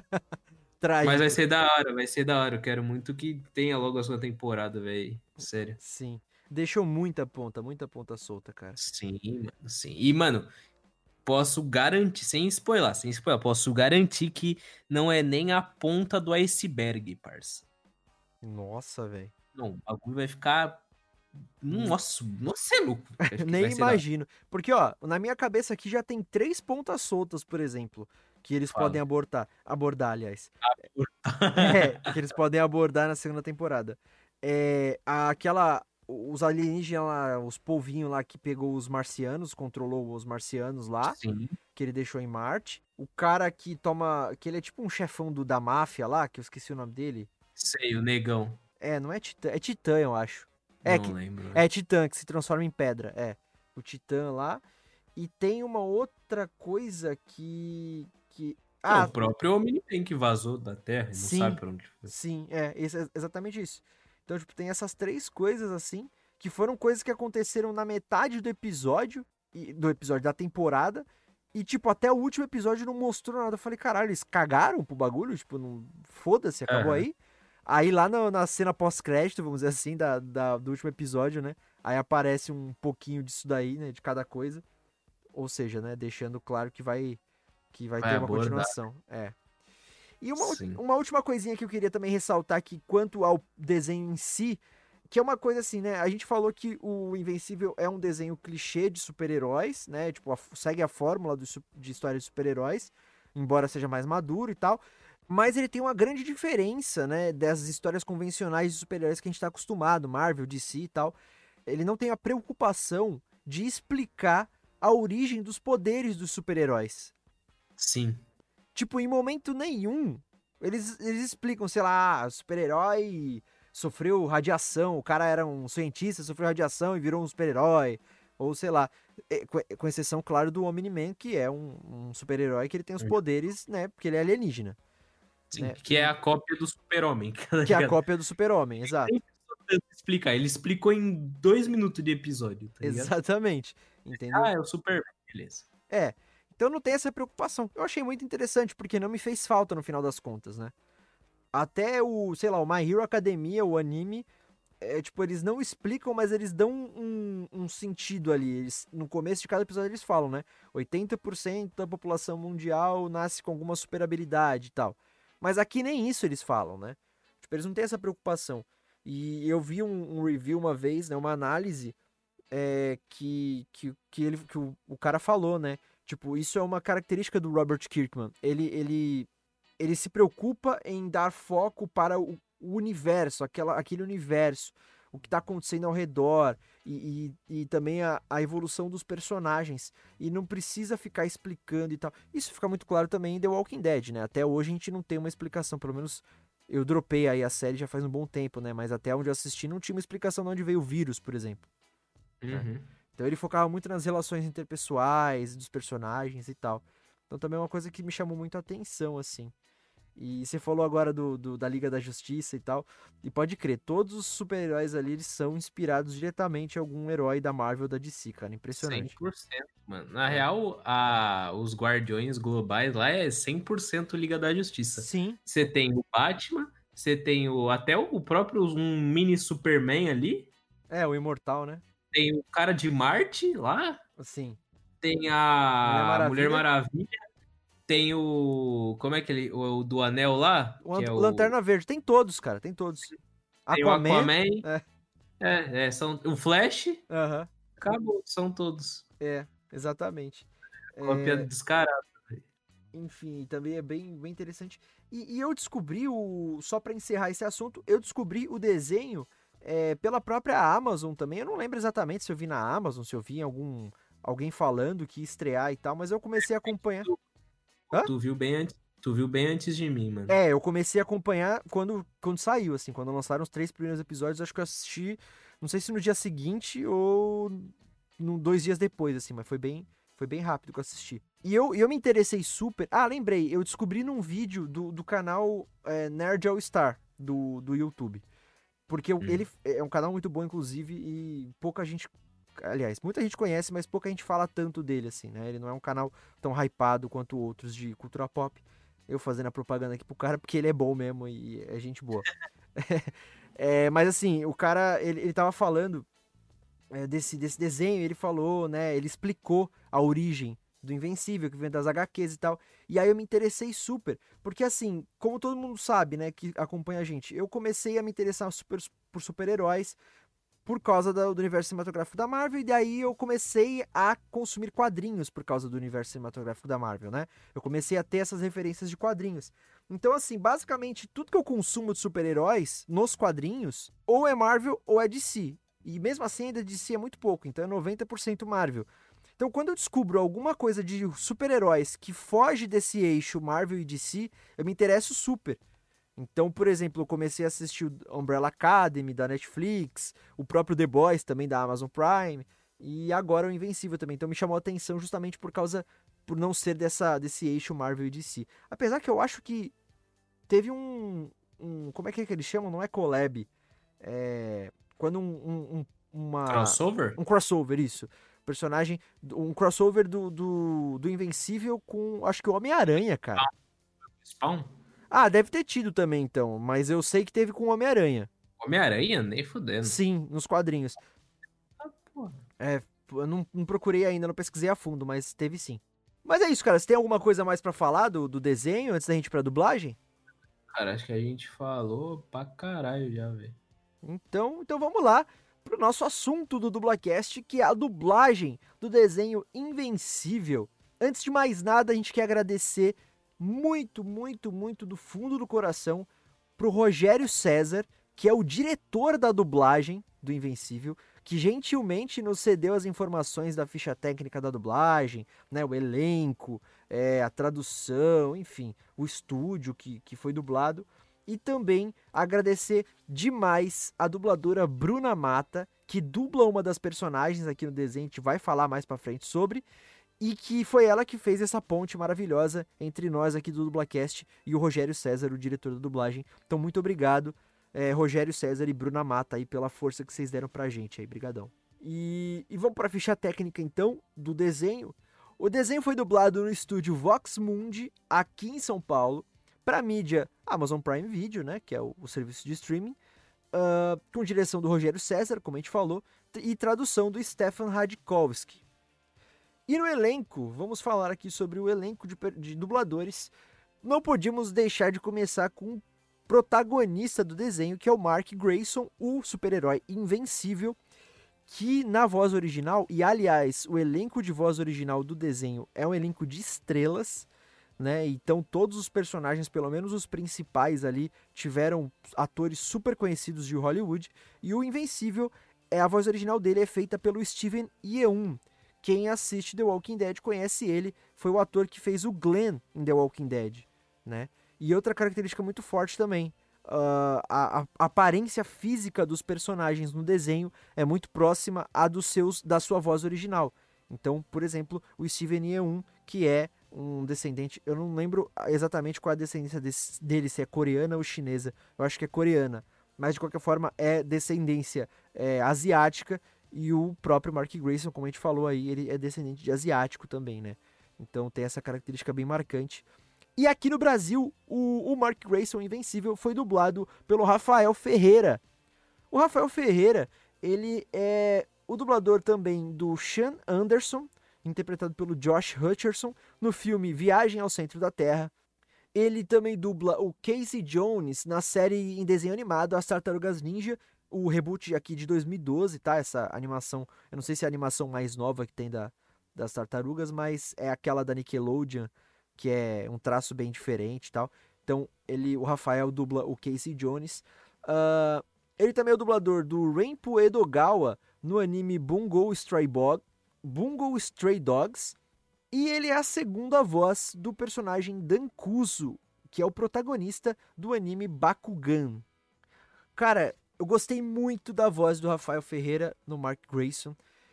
Mas vai Trágico. ser da hora, vai ser da hora. Eu quero muito que tenha logo a sua temporada, velho. Sério. Sim. Deixou muita ponta, muita ponta solta, cara. Sim, mano, sim. E, mano, posso garantir, sem spoiler, sem spoiler, posso garantir que não é nem a ponta do iceberg, parça. Nossa, velho. Não, o bagulho vai ficar. Nossa, nossa, é louco. Acho que Nem vai ser da hora. imagino. Porque, ó, na minha cabeça aqui já tem três pontas soltas, por exemplo, que eles Fala. podem abordar. Abordar, aliás. É, que eles podem abordar na segunda temporada. É, aquela. Os alienígenas lá, os polvinhos lá que pegou os marcianos, controlou os marcianos lá, Sim. que ele deixou em Marte. O cara que toma. Que ele é tipo um chefão do, da máfia lá, que eu esqueci o nome dele. Sei, o negão. É, não é Titã. É Titã, eu acho. É, não que, lembro. é Titã, que se transforma em pedra. É. O Titã lá. E tem uma outra coisa que. que Não, ah, o próprio Omni-Man que vazou da Terra e não Sim. sabe pra onde foi. sim, é, esse- é exatamente isso. Então, tipo, tem essas três coisas assim, que foram coisas que aconteceram na metade do episódio, e- do episódio da temporada, e, tipo, até o último episódio não mostrou nada. Eu falei, caralho, eles cagaram pro bagulho? Tipo, não. Foda-se, acabou Aham. aí. Aí lá no- na cena pós-crédito, vamos dizer assim, da, da- do último episódio, né? Aí aparece um pouquinho disso daí, né? De cada coisa. Ou seja, né? Deixando claro que vai, que vai Vai ter uma abordar. continuação. É. E uma, ul- Sim. uma última coisinha que eu queria também ressaltar aqui quanto ao desenho em si, que é uma coisa assim, né? A gente falou que o Invencível é um desenho clichê de super-heróis, né? Tipo, a- segue a fórmula do su- de história de super-heróis, embora seja mais maduro e tal. Mas ele tem uma grande diferença, né? Das histórias convencionais de super-heróis que a gente tá acostumado, Marvel, D C e tal. Ele não tem a preocupação de explicar a origem dos poderes dos super-heróis. Sim. Tipo, em momento nenhum, eles, eles explicam, sei lá, ah, super-herói sofreu radiação, o cara era um cientista, sofreu radiação e virou um super-herói. Ou sei lá, é, com com exceção, claro, do Omni-Man, que é um, um super-herói que ele tem os poderes, né? Porque ele é alienígena. Sim. Né? Que é a cópia do Super-Homem, tá Que é a ligado? cópia do super-homem, exato. Nem precisou tanto explicar. Ele explicou em dois minutos de episódio, tá ligado? Exatamente. Entendeu? Ah, é o Superman, beleza. É. Então não tem essa preocupação. Eu achei muito interessante, porque não me fez falta no final das contas, né? Até o, sei lá, o My Hero Academia, o anime, é, tipo, eles não explicam, mas eles dão um, um sentido ali. Eles, no começo de cada episódio eles falam, né? oitenta por cento da população mundial nasce com alguma super habilidade e tal. Mas aqui nem isso eles falam, né? Tipo, eles não têm essa preocupação. E eu vi um, um review uma vez, né? Uma análise é, que, que, que, ele, que o, o cara falou, né? Tipo, isso é uma característica do Robert Kirkman. Ele, ele, ele se preocupa em dar foco para o, o universo, aquela, aquele universo, o que está acontecendo ao redor e, e, e também a, a evolução dos personagens. E não precisa ficar explicando e tal. Isso fica muito claro também em The Walking Dead, né? Até hoje a gente não tem uma explicação, pelo menos eu dropei aí a série já faz um bom tempo, né? Mas até onde eu assisti não tinha uma explicação de onde veio o vírus, por exemplo. Né? Uhum. Então ele focava muito nas relações interpessoais, dos personagens e tal. Então também é uma coisa que me chamou muito a atenção, assim. E você falou agora do, do- da Liga da Justiça e tal. E pode crer, todos os super-heróis ali eles são inspirados diretamente em algum herói da Marvel ou da D C, cara. cem Impressionante. por cento, mano. Na É. real, a, os Guardiões Globais lá é cem por cento Liga da Justiça. Sim, Você tem o Batman, você tem o, até o próprio um mini Superman ali, é, o Imortal, né? tem o cara de Marte lá, Assim, tem Mulher a Mulher Maravilha, Maravilha, tem o. Como é que ele. O, o do Anel lá, o que Ant- é o. Lanterna Verde, tem todos, cara, tem todos. Tem o Aquaman, Aquaman, é, é, é, são, o Flash, aham, acabou, são todos. é, exatamente. Cópia É, descarada. enfim, também é bem, bem interessante. E, e eu descobri o. Só pra encerrar esse assunto, eu descobri o desenho é, pela própria Amazon também. Eu não lembro exatamente se eu vi na Amazon, se eu vi em algum. Alguém falando que ia estrear e tal, mas eu comecei a acompanhar. Hã? Tu viu bem antes, tu viu bem antes de mim, mano. É, eu comecei a acompanhar quando, quando saiu, assim, quando lançaram os três primeiros episódios, acho que eu assisti, não sei se no dia seguinte ou no, dois dias depois, assim, mas foi bem, foi bem rápido que eu assisti. E eu, e eu me interessei super. Ah, lembrei, eu descobri num vídeo do, do canal é, Nerd All Star do, do YouTube. Porque eu- Hum. ele é um canal muito bom, inclusive, e pouca gente. Aliás, muita gente conhece, mas pouca gente fala tanto dele, assim, né? Ele não é um canal tão hypado quanto outros de cultura pop. Eu fazendo a propaganda aqui pro cara, porque ele é bom mesmo e é gente boa. É, mas assim, o cara, ele, ele tava falando é, desse, desse desenho, ele falou, né? Ele explicou a origem do Invencível, que vem das H Qs e tal. E aí eu me interessei super. Porque assim, como todo mundo sabe, né, que acompanha a gente, eu comecei a me interessar super, por super-heróis por causa da- do universo cinematográfico da Marvel, e daí eu comecei a consumir quadrinhos por causa do universo cinematográfico da Marvel, né? Eu comecei a ter essas referências de quadrinhos. Então, assim, basicamente, tudo que eu consumo de super-heróis nos quadrinhos, ou é Marvel ou é D C. E mesmo assim, ainda D C é muito pouco, então é noventa por cento Marvel. Então, quando eu descubro alguma coisa de super-heróis que foge desse eixo Marvel e D C, eu me interesso super. Então, por exemplo, eu comecei a assistir o Umbrella Academy da Netflix, o próprio The Boys também da Amazon Prime, e agora o Invencível também. Então me chamou a atenção justamente por causa, por não ser dessa, desse eixo Marvel e D C. Apesar que eu acho que teve um, um como é que, é que eles chamam? Não é collab, é quando um, um, um- uma... Crossover? Um crossover, isso. Personagem, um crossover do, do, do Invencível com, acho que o Homem-Aranha, cara. Spawn? Ah, deve ter tido também, então. Mas eu sei que teve com o Homem-Aranha. Homem-Aranha? Nem fudendo. Sim, nos quadrinhos. Ah, porra. É, eu não, não procurei ainda, não pesquisei a fundo, mas teve sim. Mas é isso, cara. Você tem alguma coisa mais pra falar do, do desenho antes da gente ir pra dublagem? Cara, acho que a gente falou pra caralho já, velho. Então, então vamos lá pro nosso assunto do Dublacast, que é a dublagem do desenho Invencível. Antes de mais nada, a gente quer agradecer muito, muito, muito do fundo do coração pro Rogério César, que é o diretor da dublagem do Invencível, que gentilmente nos cedeu as informações da ficha técnica da dublagem, né, o elenco, é, a tradução, enfim, o estúdio que, que foi dublado. E também agradecer demais a dubladora Bruna Mata, que dubla uma das personagens aqui no desenho, a gente vai falar mais pra frente sobre, e que foi ela que fez essa ponte maravilhosa entre nós aqui do Dublacast e o Rogério César, o diretor da dublagem. Então, muito obrigado, é, Rogério César e Bruna Mata, aí, pela força que vocês deram pra gente aí, brigadão. E, e vamos pra ficha técnica, então, do desenho. O desenho foi dublado no estúdio Vox Mundi, aqui em São Paulo, para mídia Amazon Prime Video, né, que é o, o serviço de streaming, uh, com direção do Rogério César, como a gente falou, e tradução do Stefan Radkowski. E no elenco, vamos falar aqui sobre o elenco de, de dubladores. Não podíamos deixar de começar com o protagonista do desenho, que é o Mark Grayson, o super-herói invencível, que na voz original, e aliás, o elenco de voz original do desenho é um elenco de estrelas, né? Então todos os personagens, pelo menos os principais ali, tiveram atores super conhecidos de Hollywood. E o Invencível, é a voz original dele é feita pelo Steven Yeun. Quem assiste The Walking Dead conhece ele, foi o ator que fez o Glenn em The Walking Dead, né? E outra característica muito forte também, uh, a, a aparência física dos personagens no desenho é muito próxima à dos seus, da sua voz original. Então, por exemplo, o Steven Yeun, que é um descendente, eu não lembro exatamente qual é a descendência desse, dele, se é coreana ou chinesa, eu acho que é coreana, mas de qualquer forma é descendência é, asiática, e o próprio Mark Grayson, como a gente falou aí, ele é descendente de asiático também, né? Então tem essa característica bem marcante. E aqui no Brasil, o, o Mark Grayson Invencível foi dublado pelo Rafael Ferreira. O Rafael Ferreira, ele é o dublador também do Sean Anderson, interpretado pelo Josh Hutcherson, no filme Viagem ao Centro da Terra. Ele também dubla o Casey Jones na série em desenho animado As Tartarugas Ninja, o reboot aqui de dois mil e doze, tá? Essa animação, eu não sei se é a animação mais nova que tem da, das Tartarugas, mas é aquela da Nickelodeon, que é um traço bem diferente e tal. Então, ele, o Rafael dubla o Casey Jones. Uh, ele também é o dublador do Renpo Edogawa no anime Bungo Stray, Bog, Bungo Stray Dogs. E ele é a segunda voz do personagem Dankuso, que é o protagonista do anime Bakugan. Cara, eu gostei muito da voz do Rafael Ferreira no Mark Grayson.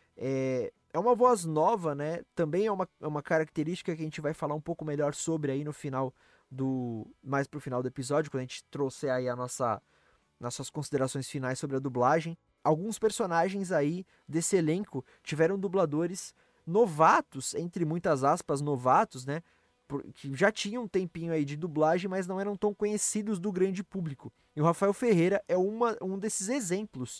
É, é uma voz nova, né? Também é uma, é uma característica que a gente vai falar um pouco melhor sobre aí no final do... mais pro final do episódio, quando a gente trouxer aí a nossa... nossas considerações finais sobre a dublagem. Alguns personagens aí desse elenco tiveram dubladores novatos, entre muitas aspas, novatos, né? Que já tinham um tempinho aí de dublagem, mas não eram tão conhecidos do grande público. E o Rafael Ferreira é uma, um desses exemplos.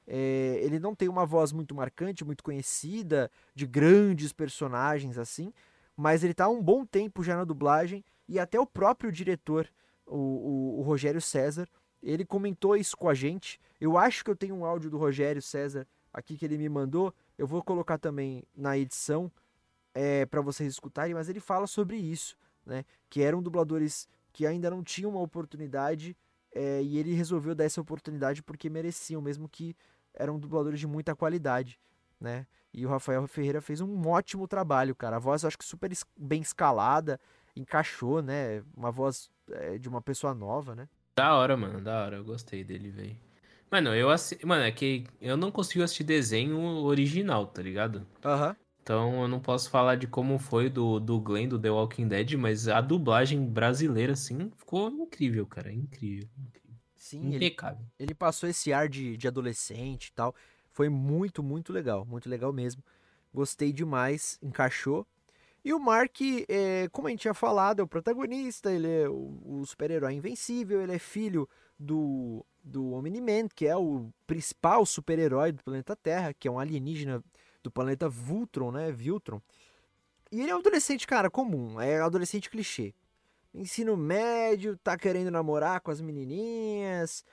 É, ele não tem uma voz muito marcante, muito conhecida, de grandes personagens assim, mas ele tá há um bom tempo já na dublagem, e até o próprio diretor, o, o, o Rogério César, ele comentou isso com a gente. Eu acho que eu tenho um áudio do Rogério César aqui que ele me mandou, eu vou colocar também na edição, é, para vocês escutarem, mas ele fala sobre isso, né? Que eram dubladores que ainda não tinham uma oportunidade, é, e ele resolveu dar essa oportunidade porque mereciam, mesmo que eram dubladores de muita qualidade, né? E o Rafael Ferreira fez um ótimo trabalho, cara. A voz eu acho que super bem escalada, encaixou, né? Uma voz é, de uma pessoa nova, né? Da hora, mano, da hora. Eu gostei dele, velho. Mano, eu assi... Mano, é que eu não consigo assistir desenho original, tá ligado? Aham. Uhum. Então eu não posso falar de como foi do, do Glenn, do The Walking Dead, mas a dublagem brasileira, assim, ficou incrível, cara. Incrível. incrível. Sim, Impecável. Ele, ele passou esse ar de, de adolescente e tal. Foi muito, muito legal. Muito legal mesmo. Gostei demais, encaixou. E o Mark, é, como a gente tinha falado, é o protagonista, ele é o, o super-herói invencível, ele é filho do, do Omni-Man, que é o principal super-herói do planeta Terra, que é um alienígena do planeta Vultron, né, Viltron. E ele é um adolescente, cara, comum, é um adolescente clichê. Ensino médio, tá querendo namorar com as menininhas,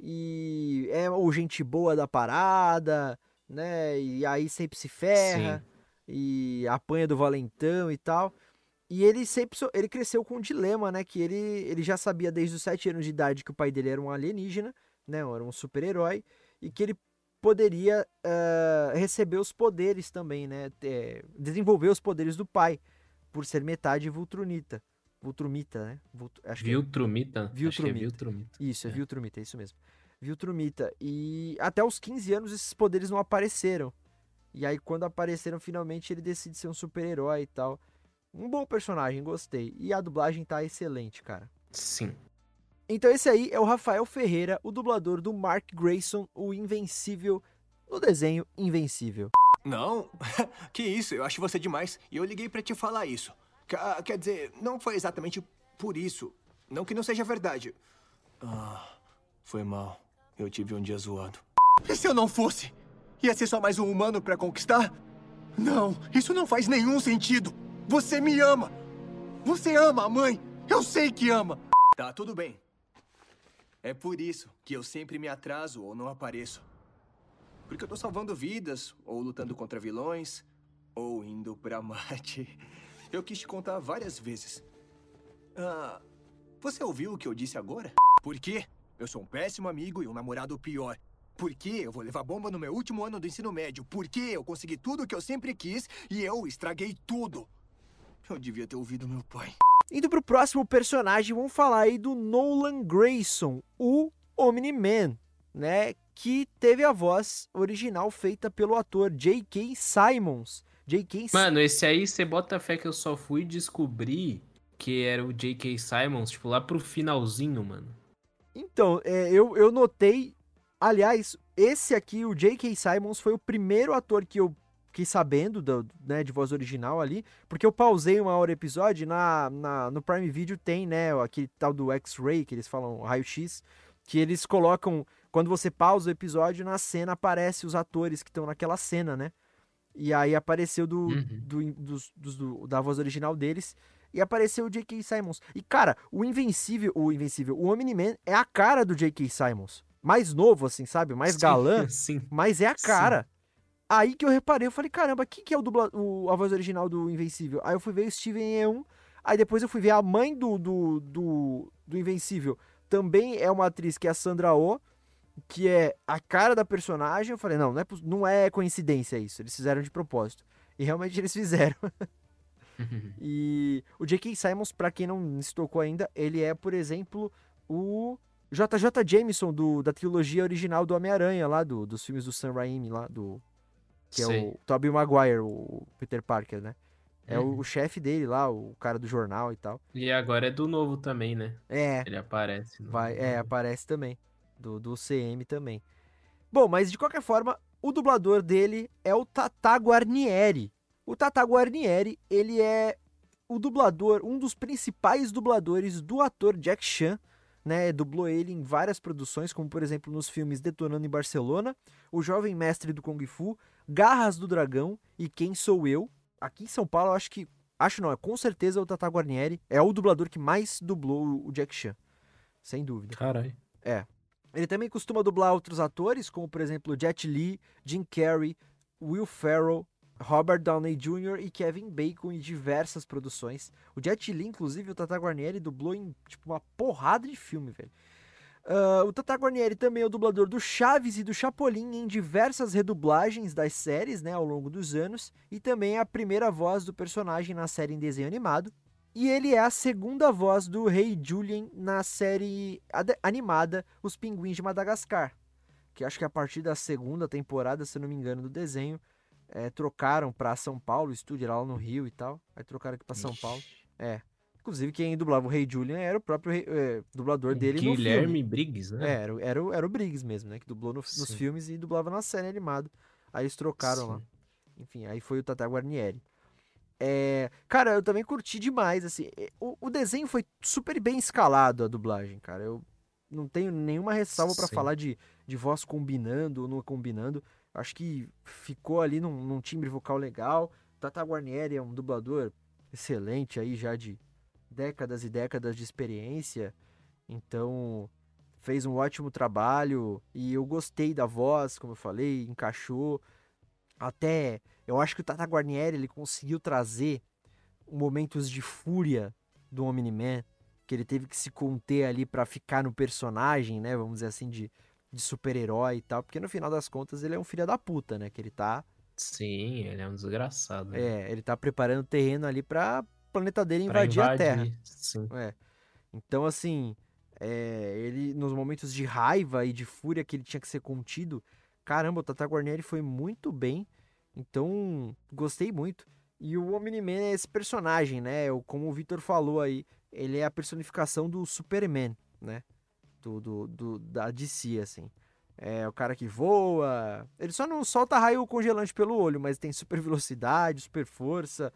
e é o gente boa da parada, né, e aí sempre se ferra. Sim. E apanha do valentão e tal. E ele sempre so- ele cresceu com um dilema, né? Que ele, ele já sabia desde os sete anos de idade que o pai dele era um alienígena, né? Era um super-herói. E que ele poderia ah, receber os poderes também, né? é, desenvolver os poderes do pai, por ser metade Vultronita. Vultrumita, né? Vult- acho que é Viltrumita? Acho que é Viltrumita. Viltrumita. Isso, é É. Viltrumita, é isso mesmo. Viltrumita. E até os quinze anos esses poderes não apareceram. E aí, quando apareceram, finalmente ele decide ser um super-herói e tal. Um bom personagem, gostei. E a dublagem tá excelente, cara. Sim. Então, esse aí é o Rafael Ferreira, o dublador do Mark Grayson, o Invencível, no desenho Invencível. Não, que isso, eu acho você demais. E eu liguei pra te falar isso. Ca- Quer dizer, não foi exatamente por isso. Não que não seja verdade. Ah, foi mal. Eu tive um dia zoado. E se eu não fosse? Ia ser só mais um humano pra conquistar? Não, isso não faz nenhum sentido. Você me ama. Você ama a mãe. Eu sei que ama. Tá, tudo bem. É por isso que eu sempre me atraso ou não apareço. Porque eu tô salvando vidas, ou lutando contra vilões, ou indo pra Marte. Eu quis te contar várias vezes. Ah, você ouviu o que eu disse agora? Por quê? Eu sou um péssimo amigo e um namorado pior. Por quê? Eu vou levar bomba no meu último ano do ensino médio. Por quê? Eu consegui tudo o que eu sempre quis e eu estraguei tudo. Eu devia ter ouvido meu pai. Indo pro próximo personagem, vamos falar aí do Nolan Grayson, o Omni-Man, né? Que teve a voz original feita pelo ator J K. Simmons. J K. Mano, esse aí você bota fé que eu só fui descobrir que era o J K. Simmons, tipo, lá pro finalzinho, mano. Então, é, eu, eu notei. Aliás, esse aqui, o J K. Simmons, foi o primeiro ator que eu fiquei sabendo do, né, de voz original ali, porque eu pausei uma hora o episódio e na, na, no Prime Video tem, né, aquele tal do X-Ray, que eles falam raio-x, que eles colocam, quando você pausa o episódio, na cena aparece os atores que estão naquela cena, né? E aí apareceu do, Uhum. do, dos- dos- do- da voz original deles. E apareceu o J K. Simmons. E, cara, o Invencível, o Invencível, o Omni-Man é a cara do J K. Simmons. Mais novo, assim, sabe? Mais Sim, galã, Sim. mas é a Sim. cara. Aí que eu reparei, eu falei, caramba, quem que é o dubla, o, a voz original do Invencível? Aí eu fui ver o Steven Yeun, aí depois eu fui ver a mãe do, do, do, do Invencível. Também é uma atriz que é a Sandra Oh, que é a cara da personagem. Eu falei, não, não é, poss- não é coincidência isso, eles fizeram de propósito. E realmente eles fizeram. E o J K. Simmons, pra quem não estocou ainda, ele é, por exemplo, o J J. Jameson do, da trilogia original do Homem-Aranha, lá do, dos filmes do Sam Raimi, lá do que é Sei. o Tobey Maguire, o Peter Parker, né? É o, Uhum. o chefe dele lá, o cara do jornal e tal. E agora é do novo também, né? É, Ele aparece. No... vai, é, aparece também. Do, do C M também. Bom, mas de qualquer forma, o dublador dele é o Tata Guarnieri. O Tata Guarnieri, ele é o dublador, um dos principais dubladores do ator Jack Chan, né? Dublou ele em várias produções, como por exemplo nos filmes Detonando em Barcelona, O Jovem Mestre do Kung Fu, Garras do Dragão e Quem Sou Eu. Aqui em São Paulo, eu acho que, acho não, é com certeza o Tata Guarnieri é o dublador que mais dublou o Jack Chan, sem dúvida. Caralho. É. Ele também costuma dublar outros atores, como por exemplo Jet Li, Jim Carrey, Will Ferrell, Robert Downey Júnior e Kevin Bacon em diversas produções. O Jet Li, inclusive, o Tata Guarnieri dublou em tipo uma porrada de filme, velho. Ah, o Tata Guarnieri também é o dublador do Chaves e do Chapolin em diversas redublagens das séries, né, ao longo dos anos, e também é a primeira voz do personagem na série em desenho animado. E ele é a segunda voz do Rei Julian na série ad- animada Os Pinguins de Madagascar. Que acho que a partir da segunda temporada, se eu não me engano, do desenho, é, trocaram pra São Paulo, o estúdio era lá no Rio e tal. Aí trocaram aqui pra São Paulo. É. Inclusive, quem dublava o Rei Julian era o próprio rei- é, dublador dele no filme. Guilherme Briggs, É, né? era, o- era, o- era o Briggs mesmo, né? Que dublou no- nos Sim. filmes e dublava na série animada. Aí eles trocaram lá. Sim. Enfim, aí foi o Tata Guarnieri. É, cara, eu também curti demais, assim, é, o, o desenho foi super bem escalado, a dublagem, cara, eu não tenho nenhuma ressalva pra Sim. falar de, de voz combinando ou não combinando, acho que ficou ali num, num timbre vocal legal, Tata Guarnieri é um dublador excelente aí, já de décadas e décadas de experiência, então fez um ótimo trabalho, e eu gostei da voz, como eu falei, encaixou, até, eu acho que o Tata Guarnieri, ele conseguiu trazer momentos de fúria do Omni-Man, que ele teve que se conter ali pra ficar no personagem, né, vamos dizer assim, de, de super-herói e tal, porque no final das contas ele é um filho da puta, né, que ele tá, Sim, ele é um desgraçado, né? é, ele tá preparando o terreno ali pra planeta dele Pra invadir a Terra, invadir, sim. é. Então, assim, é, ele, nos momentos de raiva e de fúria que ele tinha que ser contido, caramba, o Tata Guarnieri foi muito bem, então gostei muito. E o Omni-Man é esse personagem, né? o- Como o Victor falou aí, ele é a personificação do Superman, né? Do, do, do- da D C, assim. É o cara que voa. Ele só não solta raio congelante pelo olho, mas tem super velocidade, super força,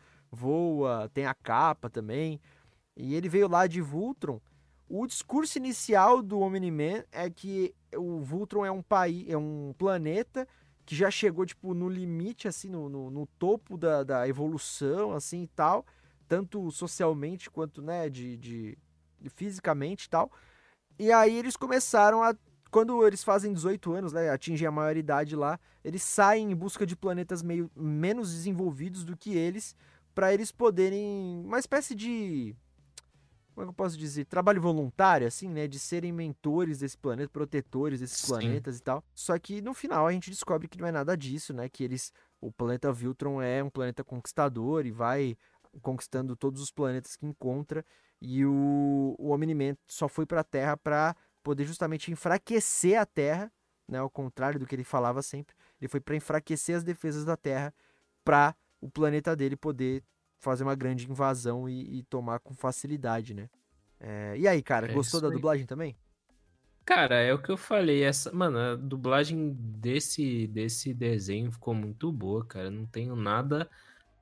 voa, tem a capa também. E ele veio lá de Voltron. O discurso inicial do Omni-Man é que o Voltron é um país, é um planeta que já chegou tipo no limite, assim, no, no, no topo da, da evolução, assim e tal, tanto socialmente quanto, né, de, de, de fisicamente e tal. E aí eles começaram a, quando eles fazem dezoito anos, né, atingem a maioridade lá, eles saem em busca de planetas meio menos desenvolvidos do que eles, para eles poderem, uma espécie de, como é que eu posso dizer, trabalho voluntário, assim, né, de serem mentores desse planeta, protetores desses Sim. planetas e tal. Só que no final a gente descobre que não é nada disso, né, que eles, o planeta Viltron é um planeta conquistador e vai conquistando todos os planetas que encontra, e o, o Omni-Man só foi pra Terra pra poder justamente enfraquecer a Terra, né, ao contrário do que ele falava sempre. Ele foi pra enfraquecer as defesas da Terra pra o planeta dele poder fazer uma grande invasão e, e tomar com facilidade, né? É, e aí, cara, É gostou da isso aí. dublagem também? Cara, é o que eu falei, essa, mano, a dublagem desse desse desenho ficou muito boa, cara. Não tenho nada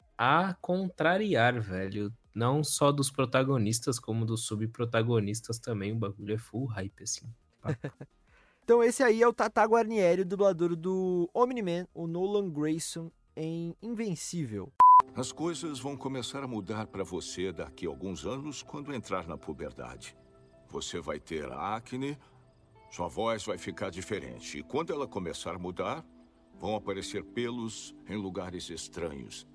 a contrariar, velho. Não só dos protagonistas, como dos subprotagonistas também. O bagulho é full hype, assim. Papo. Então esse aí é o Tata Guarnieri, o dublador do Omni-Man, o Nolan Grayson, em Invencível. As coisas vão começar a mudar para você daqui a alguns anos quando entrar na puberdade. Você vai ter acne, sua voz vai ficar diferente. E quando ela começar a mudar, vão aparecer pelos em lugares estranhos.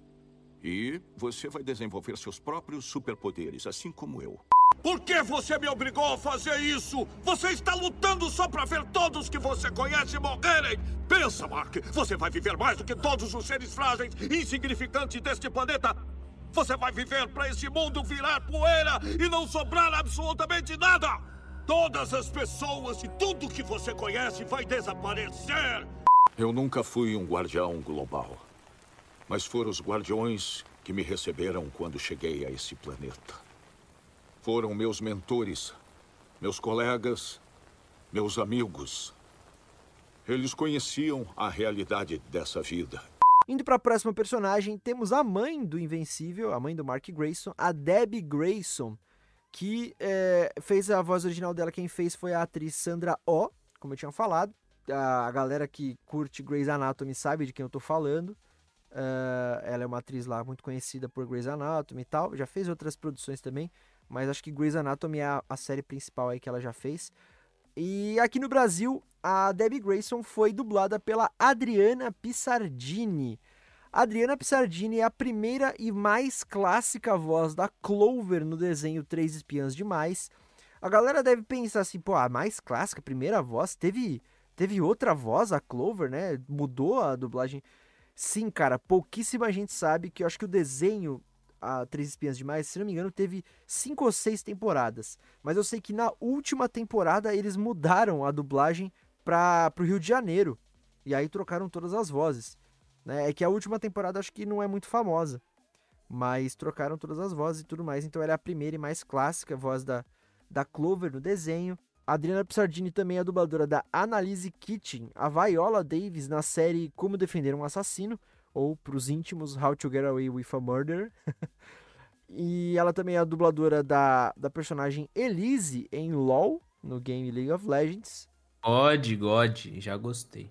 E você vai desenvolver seus próprios superpoderes, assim como eu. Por que você me obrigou a fazer isso? Você está lutando só para ver todos que você conhece morrerem! Pensa, Mark! Você vai viver mais do que todos os seres frágeis e insignificantes deste planeta! Você vai viver para esse mundo virar poeira e não sobrar absolutamente nada! Todas as pessoas e tudo que você conhece vai desaparecer! Eu nunca fui um guardião global. Mas foram os guardiões que me receberam quando cheguei a esse planeta. Foram meus mentores, meus colegas, meus amigos. Eles conheciam a realidade dessa vida. Indo para a próxima personagem, temos a mãe do Invencível, a mãe do Mark Grayson, a Debbie Grayson, que é, fez a voz original dela. Quem fez foi a atriz Sandra Oh, como eu tinha falado. A galera que curte Grey's Anatomy sabe de quem eu tô falando. Uh, ela é uma atriz lá muito conhecida por Grey's Anatomy e tal. Já fez outras produções também, mas acho que Grey's Anatomy é a, a série principal aí que ela já fez. E aqui no Brasil, a Debbie Grayson foi dublada pela Adriana Pissardini. A Adriana Pissardini é a primeira e mais clássica voz da Clover no desenho Três Espiãs Demais. A galera deve pensar assim, pô, a mais clássica, a primeira voz, teve, teve outra voz, a Clover, né? Mudou a dublagem. Sim, cara, pouquíssima gente sabe que eu acho que o desenho, a Três Espiãs Demais, se não me engano, teve cinco ou seis temporadas. Mas eu sei que na última temporada eles mudaram a dublagem para o Rio de Janeiro. E aí trocaram todas as vozes. Né? É que a última temporada acho que não é muito famosa. Mas trocaram todas as vozes e tudo mais. Então ela é a primeira e mais clássica voz da, da Clover no desenho. A Adriana Pissardini também é a dubladora da Annalise Keating, a Viola Davis na série Como Defender um Assassino, ou pros íntimos, How to Get Away with a Murder. E ela também é a dubladora da, da personagem Elise em LoL, no game League of Legends. God, God, já gostei.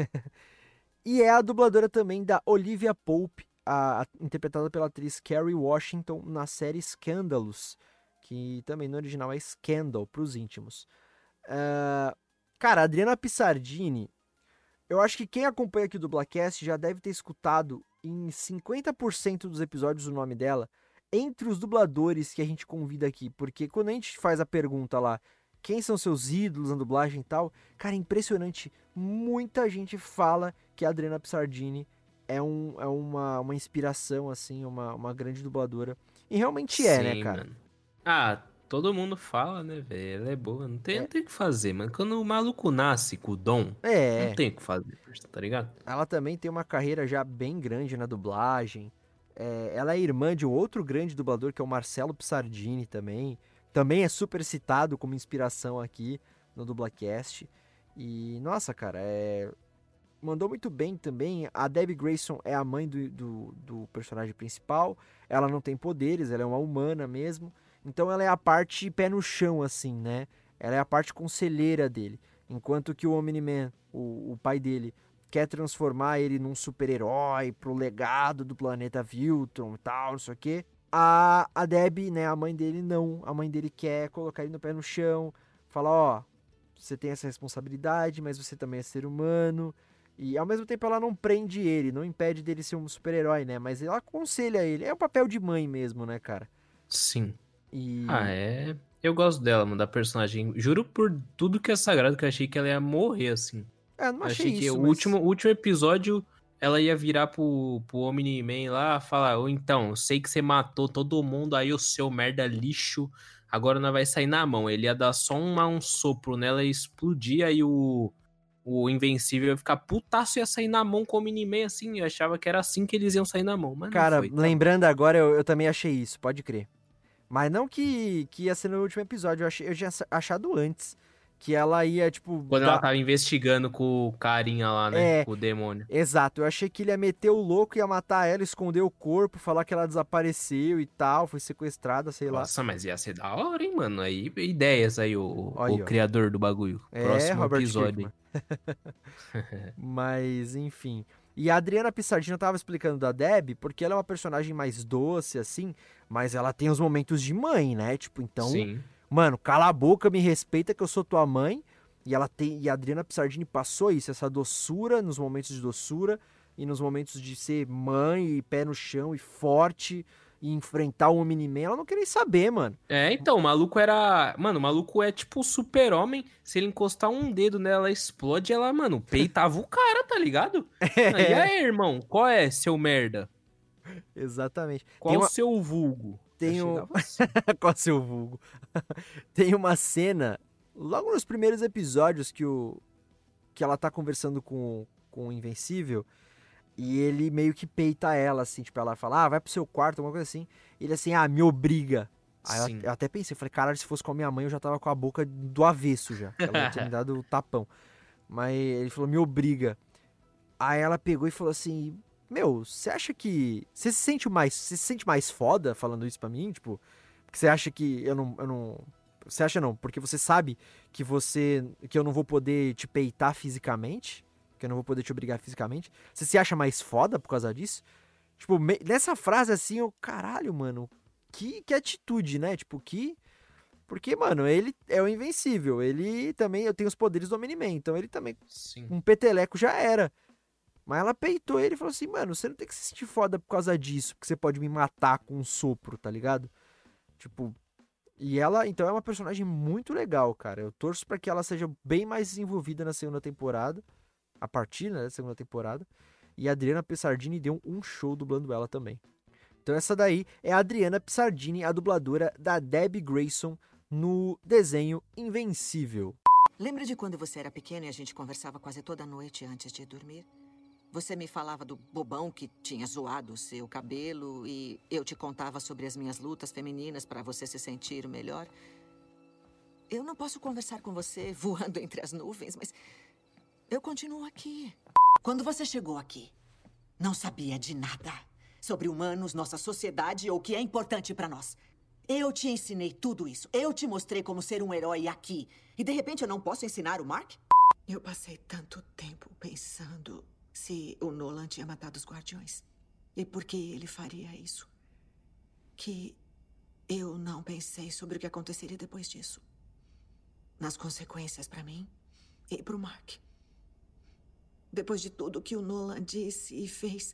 E é a dubladora também da Olivia Pope, a, a- interpretada pela atriz Kerry Washington na série Scandalous, que também no original é Scandal, pros íntimos. Ah, cara, a Adriana Pissardini, eu acho que quem acompanha aqui do Dublacast já deve ter escutado em cinquenta por cento dos episódios o nome dela, entre os dubladores que a gente convida aqui, porque quando a gente faz a pergunta lá, quem são seus ídolos na dublagem e tal, cara, é impressionante, muita gente fala que a Adriana Pissardini é, um, é uma, uma inspiração, assim, uma, uma grande dubladora, e realmente é, né, Sim, cara? mano. Ah, todo mundo fala, né, velho? Ela é boa. Não tem, É. não tem o que fazer, mano. Quando o maluco nasce com o dom, não É, tem o que fazer, tá ligado? ela também tem uma carreira já bem grande na dublagem. É, ela é irmã de um outro grande dublador, que é o Marcelo Pissardini também. Também é super citado como inspiração aqui no Dublacast. E, nossa, cara, é... mandou muito bem também. A Debbie Grayson é a mãe do, do, do personagem principal. Ela não tem poderes, ela é uma humana mesmo. Então ela é a parte pé no chão, assim, né? Ela é a parte conselheira dele. Enquanto que o Omni-Man, o, o pai dele, quer transformar ele num super-herói pro legado do planeta Viltron e tal, não sei o quê. A, a Debbie, né, a mãe dele, não. A mãe dele quer colocar ele no pé no chão. Falar, ó, você tem essa responsabilidade, mas você também é ser humano. E ao mesmo tempo ela não prende ele, não impede dele ser um super-herói, né? Mas ela aconselha ele. É o papel de mãe mesmo, né, cara? Sim. E. Ah, é. Eu gosto dela, mano, da personagem. Juro por tudo que é sagrado que eu achei que ela ia morrer, assim. É, não Eu achei, achei que isso, o mas... último, o último episódio ela ia virar pro, pro Omni-Man lá, falar: "Ô, então, eu sei que você matou todo mundo aí, o seu merda lixo, agora não vai sair na mão." Ele ia dar só uma, um sopro nela e explodir, aí o, o Invencível ia ficar putaço e ia sair na mão com o Omni-Man, assim. Eu achava que era assim que eles iam sair na mão, mas Cara, não foi. Tá? lembrando agora, eu, eu também achei isso, pode crer. Mas não que, que ia ser no último episódio, eu, achei, eu tinha achado antes. Que ela ia, tipo, Quando ela dar... tava investigando com o carinha lá, né? É, Com o demônio. exato, eu achei que ele ia meter o louco, ia matar ela, esconder o corpo, falar que ela desapareceu e tal, foi sequestrada, sei lá. Nossa, mas ia ser da hora, hein, mano? Aí, ideias aí, o, Aí, o ó. criador do bagulho. É, Próximo Robert episódio. Kirkman. Mas, enfim. E a Adriana Pissardini eu tava explicando da Deb, porque ela é uma personagem mais doce, assim, mas ela tem os momentos de mãe, né? Tipo, então, Sim. mano, cala a boca, me respeita que eu sou tua mãe. E ela tem, e a Adriana Pissardini passou isso, essa doçura nos momentos de doçura e nos momentos de ser mãe e pé no chão e forte e enfrentar o Omni-Man. Ela não queria nem saber, mano. É, então, o maluco era... Mano, o maluco é tipo o super-homem. Se ele encostar um dedo nela, explode, ela, mano, peitava o cara, tá ligado? E aí, irmão, qual é, seu merda? Exatamente. Qual Tem o uma... seu vulgo? Tem Já um... chegava assim. Qual é o seu vulgo? Tem uma cena, logo nos primeiros episódios, que, o... que ela tá conversando com... com o Invencível, e ele meio que peita ela, assim, tipo, ela fala, ah, vai pro seu quarto, alguma coisa assim. E ele assim, ah, me obriga. Aí Sim. eu, eu até pensei, falei, caralho, se fosse com a minha mãe, eu já tava com a boca do avesso já. Ela tinha me dado o tapão. Mas ele falou, me obriga. Aí ela pegou e falou assim, meu, você acha que... Você se sente mais... Você se sente mais foda falando isso pra mim? Tipo, porque você acha que eu não... Eu não... Você acha não, porque você sabe que você... Que eu não vou poder te peitar fisicamente? Que eu não vou poder te obrigar fisicamente? Você se acha mais foda por causa disso? Tipo, me... nessa frase assim, eu... Caralho, mano. Que, que atitude, né? Tipo, que... Porque, mano, ele é o Invencível. Ele também... Eu tenho os poderes do Omni-Man. Então ele também... Sim. Um peteleco já era. Mas ela peitou ele e falou assim, mano, você não tem que se sentir foda por causa disso, porque você pode me matar com um sopro, tá ligado? Tipo, e ela, então é uma personagem muito legal, cara. Eu torço pra que ela seja bem mais desenvolvida na segunda temporada, a partir, né, da segunda temporada. E a Adriana Pissardini deu um show dublando ela também. Então essa daí é a Adriana Pissardini, a dubladora da Debbie Grayson no desenho Invencível. Lembra de quando você era pequeno e a gente conversava quase toda noite antes de dormir? Você me falava do bobão que tinha zoado o seu cabelo e eu te contava sobre as minhas lutas femininas para você se sentir melhor. Eu não posso conversar com você voando entre as nuvens, mas eu continuo aqui. Quando você chegou aqui, não sabia de nada sobre humanos, nossa sociedade ou o que é importante pra nós. Eu te ensinei tudo isso. Eu te mostrei como ser um herói aqui. E de repente eu não posso ensinar o Mark? Eu passei tanto tempo pensando se o Nolan tinha matado os Guardiões. E por que ele faria isso? Que eu não pensei sobre o que aconteceria depois disso. Nas consequências pra mim e pro Mark. Depois de tudo que o Nolan disse e fez,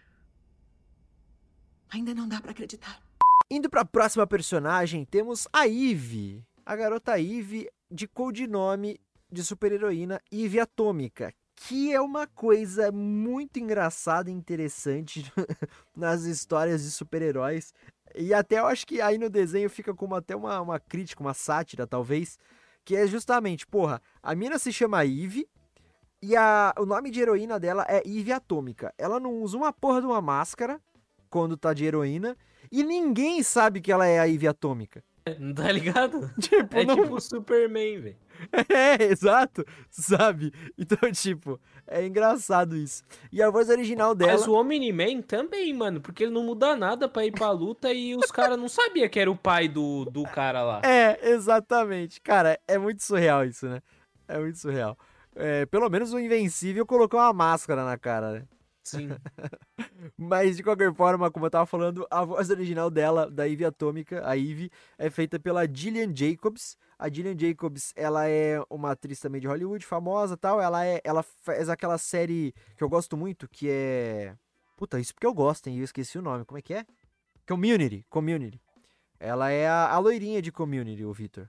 ainda não dá pra acreditar. Indo pra próxima personagem, temos a Eve. A garota Eve, de codinome de super-heroína Eve Atômica, que é uma coisa muito engraçada e interessante nas histórias de super-heróis. E até eu acho que aí no desenho fica como até uma, uma crítica, uma sátira, talvez, que é justamente, porra, a mina se chama Eve e a, o nome de heroína dela é Eve Atômica. Ela não usa uma porra de uma máscara quando tá de heroína e ninguém sabe que ela é a Eve Atômica. Não tá ligado? Tipo, é não... tipo o Superman, velho. É, exato, sabe? Então, tipo, é engraçado isso. E a voz original dela... Mas o Omni-Man também, mano, porque ele não muda nada pra ir pra luta e os caras não sabiam que era o pai do, do cara lá. É, exatamente. Cara, é muito surreal isso, né? É muito surreal. É, pelo menos o Invencível colocou uma máscara na cara, né? Sim. Mas, de qualquer forma, como eu tava falando, a voz original dela, da Eve Atômica, a Eve, é feita pela Gillian Jacobs. A Gillian Jacobs, ela é uma atriz também de Hollywood, famosa e tal. Ela, é, ela faz aquela série que eu gosto muito, que é... Puta, isso porque eu gosto, hein? Eu esqueci o nome. Como é que é? Community. Community. Ela é a, a loirinha de Community, o Victor.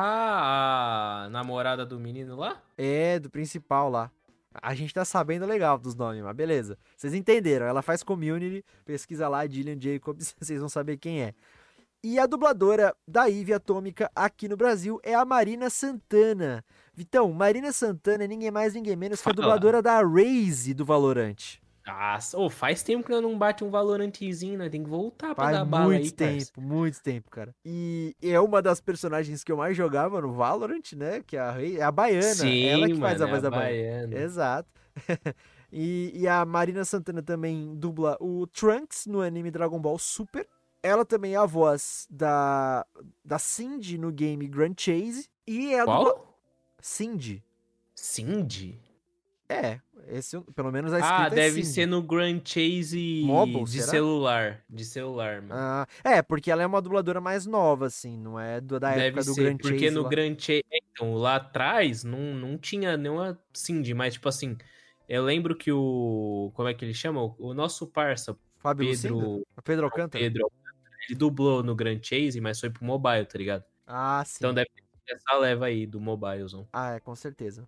Ah, a namorada do menino lá? É, do principal lá. A gente tá sabendo legal dos nomes, mas beleza. Vocês entenderam, ela faz Community, pesquisa lá, Gillian Jacobs, vocês vão saber quem é. E a dubladora da Eve Atômica aqui no Brasil é a Marina Santana. Vitão, Marina Santana é ninguém mais, ninguém menos que a Fala. dubladora da Raze do Valorant. Nossa, oh, faz tempo que eu não bate um Valorantezinho, né? Tem que voltar pra Faz dar bala aí, muito cara. tempo, muito tempo, cara. E é uma das personagens que eu mais jogava no Valorant, né? Que é a, Raze, é a Baiana. Sim, ela que faz mano, a voz é da a Baiana. Baiana. Exato. e, e a Marina Santana também dubla o Trunks no anime Dragon Ball Super. Ela também é a voz da, da Cindy no game Grand Chase. E é a dubla... Qual? Cindy. Cindy? É, esse, pelo menos a escrita Ah, é deve Cindy. ser no Grand Chase Mobile, de será? celular. De celular, mano. Ah, é, porque ela é uma dubladora mais nova, assim, não é do, da Deve época do ser, Grand porque Chase no lá. Grand Chase... Então, lá atrás não, não tinha nenhuma Cindy, mas tipo assim, eu lembro que o... Como é que ele chama? O, o nosso parça, Fábio Pedro... Lucindo? Pedro Alcântara? Pedro, ele dublou no Grand Chase, mas foi pro mobile, tá ligado? Ah, sim. Então deve ter essa leva aí do mobilezão. Ah, é, com certeza.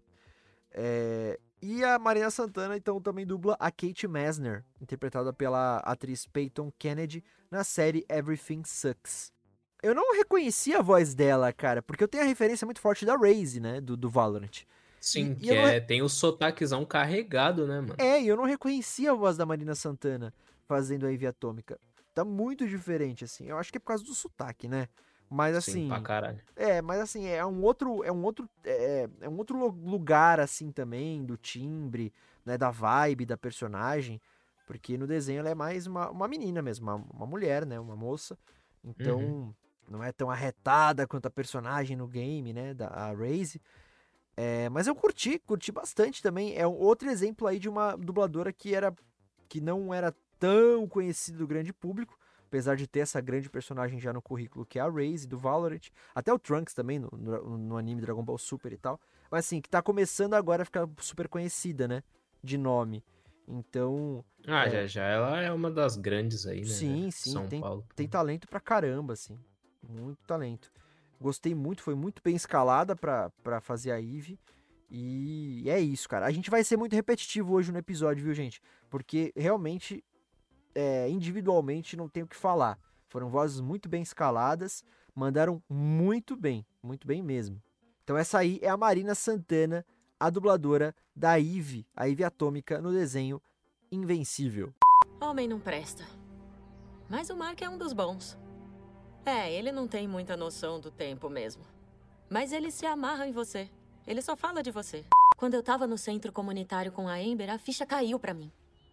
É, e a Marina Santana, então, também dubla a Kate Messner, interpretada pela atriz Peyton Kennedy, na série Everything Sucks. Eu não reconheci a voz dela, cara, porque eu tenho a referência muito forte da Raze, né, do, do Valorant. Sim, E- e que eu não é, tem o sotaquezão carregado, né, mano? É, e eu não reconheci a voz da Marina Santana fazendo a Eve Atômica. Tá muito diferente, assim. Eu acho que é por causa do sotaque, né? Mas assim... Sim, pra caralho. É, mas assim, é um outro, é um outro, é, é um outro lu- lugar, assim, também, do timbre, né, da vibe da personagem, porque no desenho ela é mais uma, uma menina mesmo, uma, uma mulher, né, uma moça, então Uhum. não é tão arretada quanto a personagem no game, né, da a Raze, é, mas eu curti, curti bastante também, é um outro exemplo aí de uma dubladora que era, que não era tão conhecida do grande público, apesar de ter essa grande personagem já no currículo, que é a Raze do Valorant, até o Trunks também, no, no, no anime Dragon Ball Super e tal, mas assim, que tá começando agora a ficar super conhecida, né, de nome. Então, Ah, É. já já ela é uma das grandes aí, né? sim, de sim, São tem, Paulo. tem talento pra caramba, assim, muito talento. Gostei muito, foi muito bem escalada pra, pra fazer a Eve, e é isso, cara. A gente vai ser muito repetitivo hoje no episódio, viu, gente? Porque realmente, é, individualmente, não tem o que falar. Foram vozes muito bem escaladas, mandaram muito bem, muito bem mesmo. Então essa aí é a Marina Santana, a dubladora da Eve, a Eve Atômica, no desenho Invencível. Homem não presta. Mas o Mark é um dos bons. É, ele não tem muita noção do tempo mesmo. Mas ele se amarra em você. Ele só fala de você. Quando eu tava no centro comunitário com a Amber, a ficha caiu pra mim.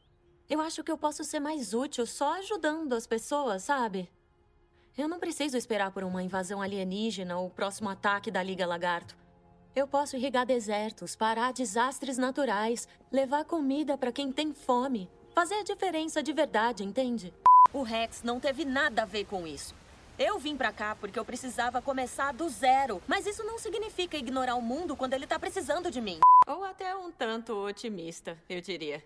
Eu acho que eu posso ser mais útil só ajudando as pessoas, sabe? Eu não preciso esperar por uma invasão alienígena ou o próximo ataque da Liga Lagarto. Eu posso irrigar desertos, parar desastres naturais, levar comida pra quem tem fome. Fazer a diferença de verdade, entende? O Rex não teve nada a ver com isso. Eu vim pra cá porque eu precisava começar do zero. Mas isso não significa ignorar o mundo quando ele tá precisando de mim. Ou até um tanto otimista, eu diria.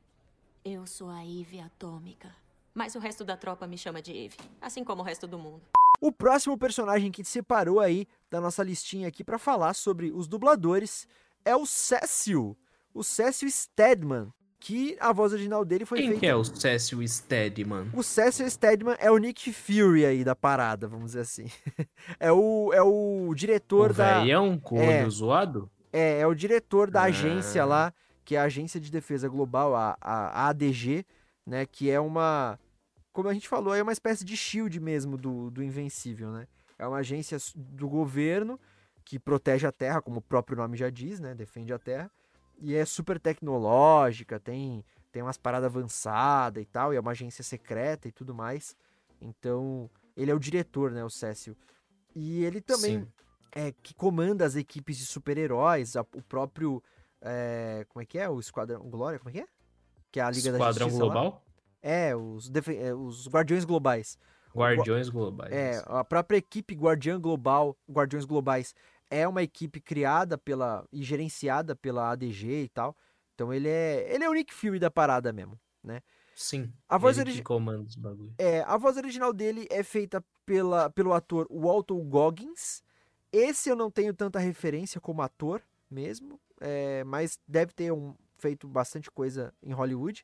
Eu sou a Eve Atômica. Mas o resto da tropa me chama de Eve. Assim como o resto do mundo. O próximo personagem que separou aí da nossa listinha aqui pra falar sobre os dubladores é o Cecil. O Cecil Stedman. Que a voz original dele foi Quem feita... que é o Cecil Stedman? O Cecil Stedman é o Nick Fury aí da parada, vamos dizer assim. é, o, é o diretor O da... velhão com o é, olho zoado? É, é o diretor da Ah. agência lá, que é a Agência de Defesa Global, a, a, a ADG, né? Que é uma... Como a gente falou, é uma espécie de shield mesmo do, do Invencível, né? É uma agência do governo que protege a Terra, como o próprio nome já diz, né? Defende a Terra. E é super tecnológica, tem, tem umas paradas avançadas e tal, e é uma agência secreta e tudo mais. Então, ele é o diretor, né, o Cecil. E ele também Sim. é que comanda as equipes de super-heróis, o próprio, é, como é que é? O Esquadrão Glória, como é que é? Que é a Liga da Esquadrão Justiça lá. Global? É, os, defen- é, os Guardiões Globais. Guardiões Globais. É, a própria equipe Guardiã Global, Guardiões Globais, é uma equipe criada pela e gerenciada pela A D G e tal. Então ele é, ele é o Nick Fury da parada mesmo, né? Sim. A voz, ele origi- que comanda os bagulho. é, a voz original dele é feita pela, pelo ator Walton Goggins. Esse eu não tenho tanta referência como ator mesmo, é, mas deve ter um, feito bastante coisa em Hollywood.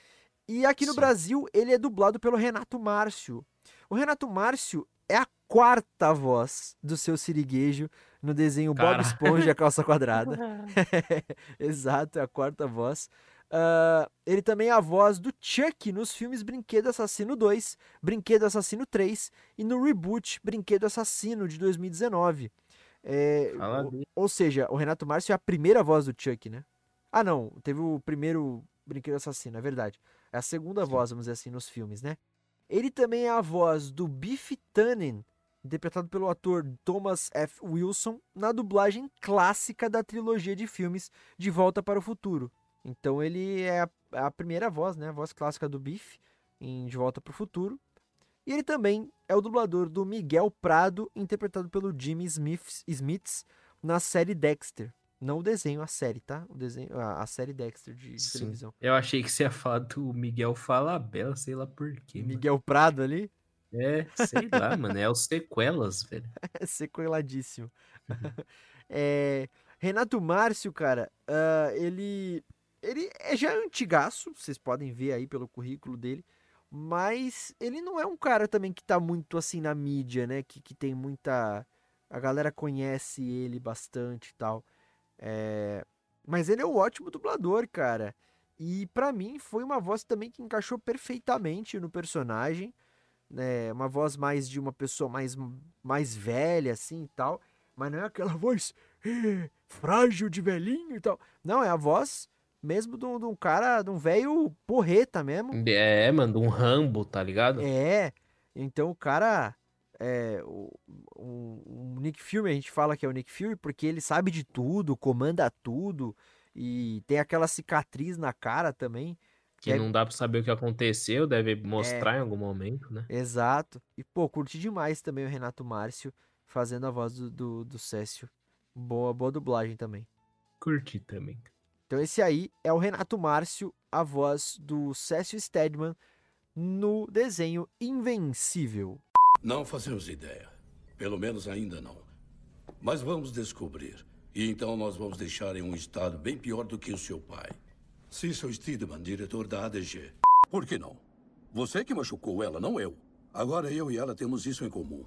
E aqui no Sim. Brasil ele é dublado pelo Renato Márcio. O Renato Márcio é a quarta voz do seu Siriguejo no desenho Bob Caralho. Esponja Calça Quadrada. Exato, é a quarta voz. Ah, ele também é a voz do Chuck nos filmes Brinquedo Assassino dois, Brinquedo Assassino três e no reboot Brinquedo Assassino de dois mil e dezenove. É, Fala ou, dele. ou seja, o Renato Márcio é a primeira voz do Chuck, né? Ah, não, teve o primeiro Brinquedo Assassino, é verdade. É a segunda voz, vamos dizer assim, nos filmes, né? Ele também é a voz do Biff Tannen, interpretado pelo ator Thomas F. Wilson, na dublagem clássica da trilogia de filmes De Volta para o Futuro. Então ele é a, a primeira voz, né? A voz clássica do Biff em De Volta para o Futuro. E ele também é o dublador do Miguel Prado, interpretado pelo Jimmy Smith, Smiths na série Dexter. Não o desenho, a série, tá? O desenho, a, a série Dexter de, de Sim. televisão. Eu achei que você ia falar do Miguel Falabella, sei lá por quê. mano. Miguel Prado ali, É, sei lá, mano. É os sequelas, velho. sequeladíssimo. É, Renato Márcio, cara, ah, ele, ele é já antigaço, vocês podem ver aí pelo currículo dele, mas ele não é um cara também que tá muito assim na mídia, né? Que, que tem muita... A galera conhece ele bastante e tal. É, mas ele é um ótimo dublador, cara. E pra mim foi uma voz também que encaixou perfeitamente no personagem. Né? Uma voz mais de uma pessoa mais, mais velha, assim e tal. Mas não é aquela voz eh, frágil de velhinho e tal. Não, é a voz mesmo de um, de um cara, de um velho porreta mesmo. É, mano, um Rambo, tá ligado? É, então o cara, é, o, o, o Nick Fury, a gente fala que é o Nick Fury porque ele sabe de tudo, comanda tudo e tem aquela cicatriz na cara também. Que é- não dá pra saber o que aconteceu, deve mostrar em algum momento, né? Exato. E, pô, curti demais também o Renato Márcio fazendo a voz do, do, do Cécio. Boa, boa dublagem também. Curti também. Então esse aí é o Renato Márcio, a voz do Cécio Stedman no desenho Invencível. Não fazemos ideia. Pelo menos ainda não. Mas vamos descobrir. E então nós vamos deixar em um estado bem pior do que o seu pai. Cecil Stedman, diretor da A D G. Por que não? Você que machucou ela, não eu. Agora eu e ela temos isso em comum.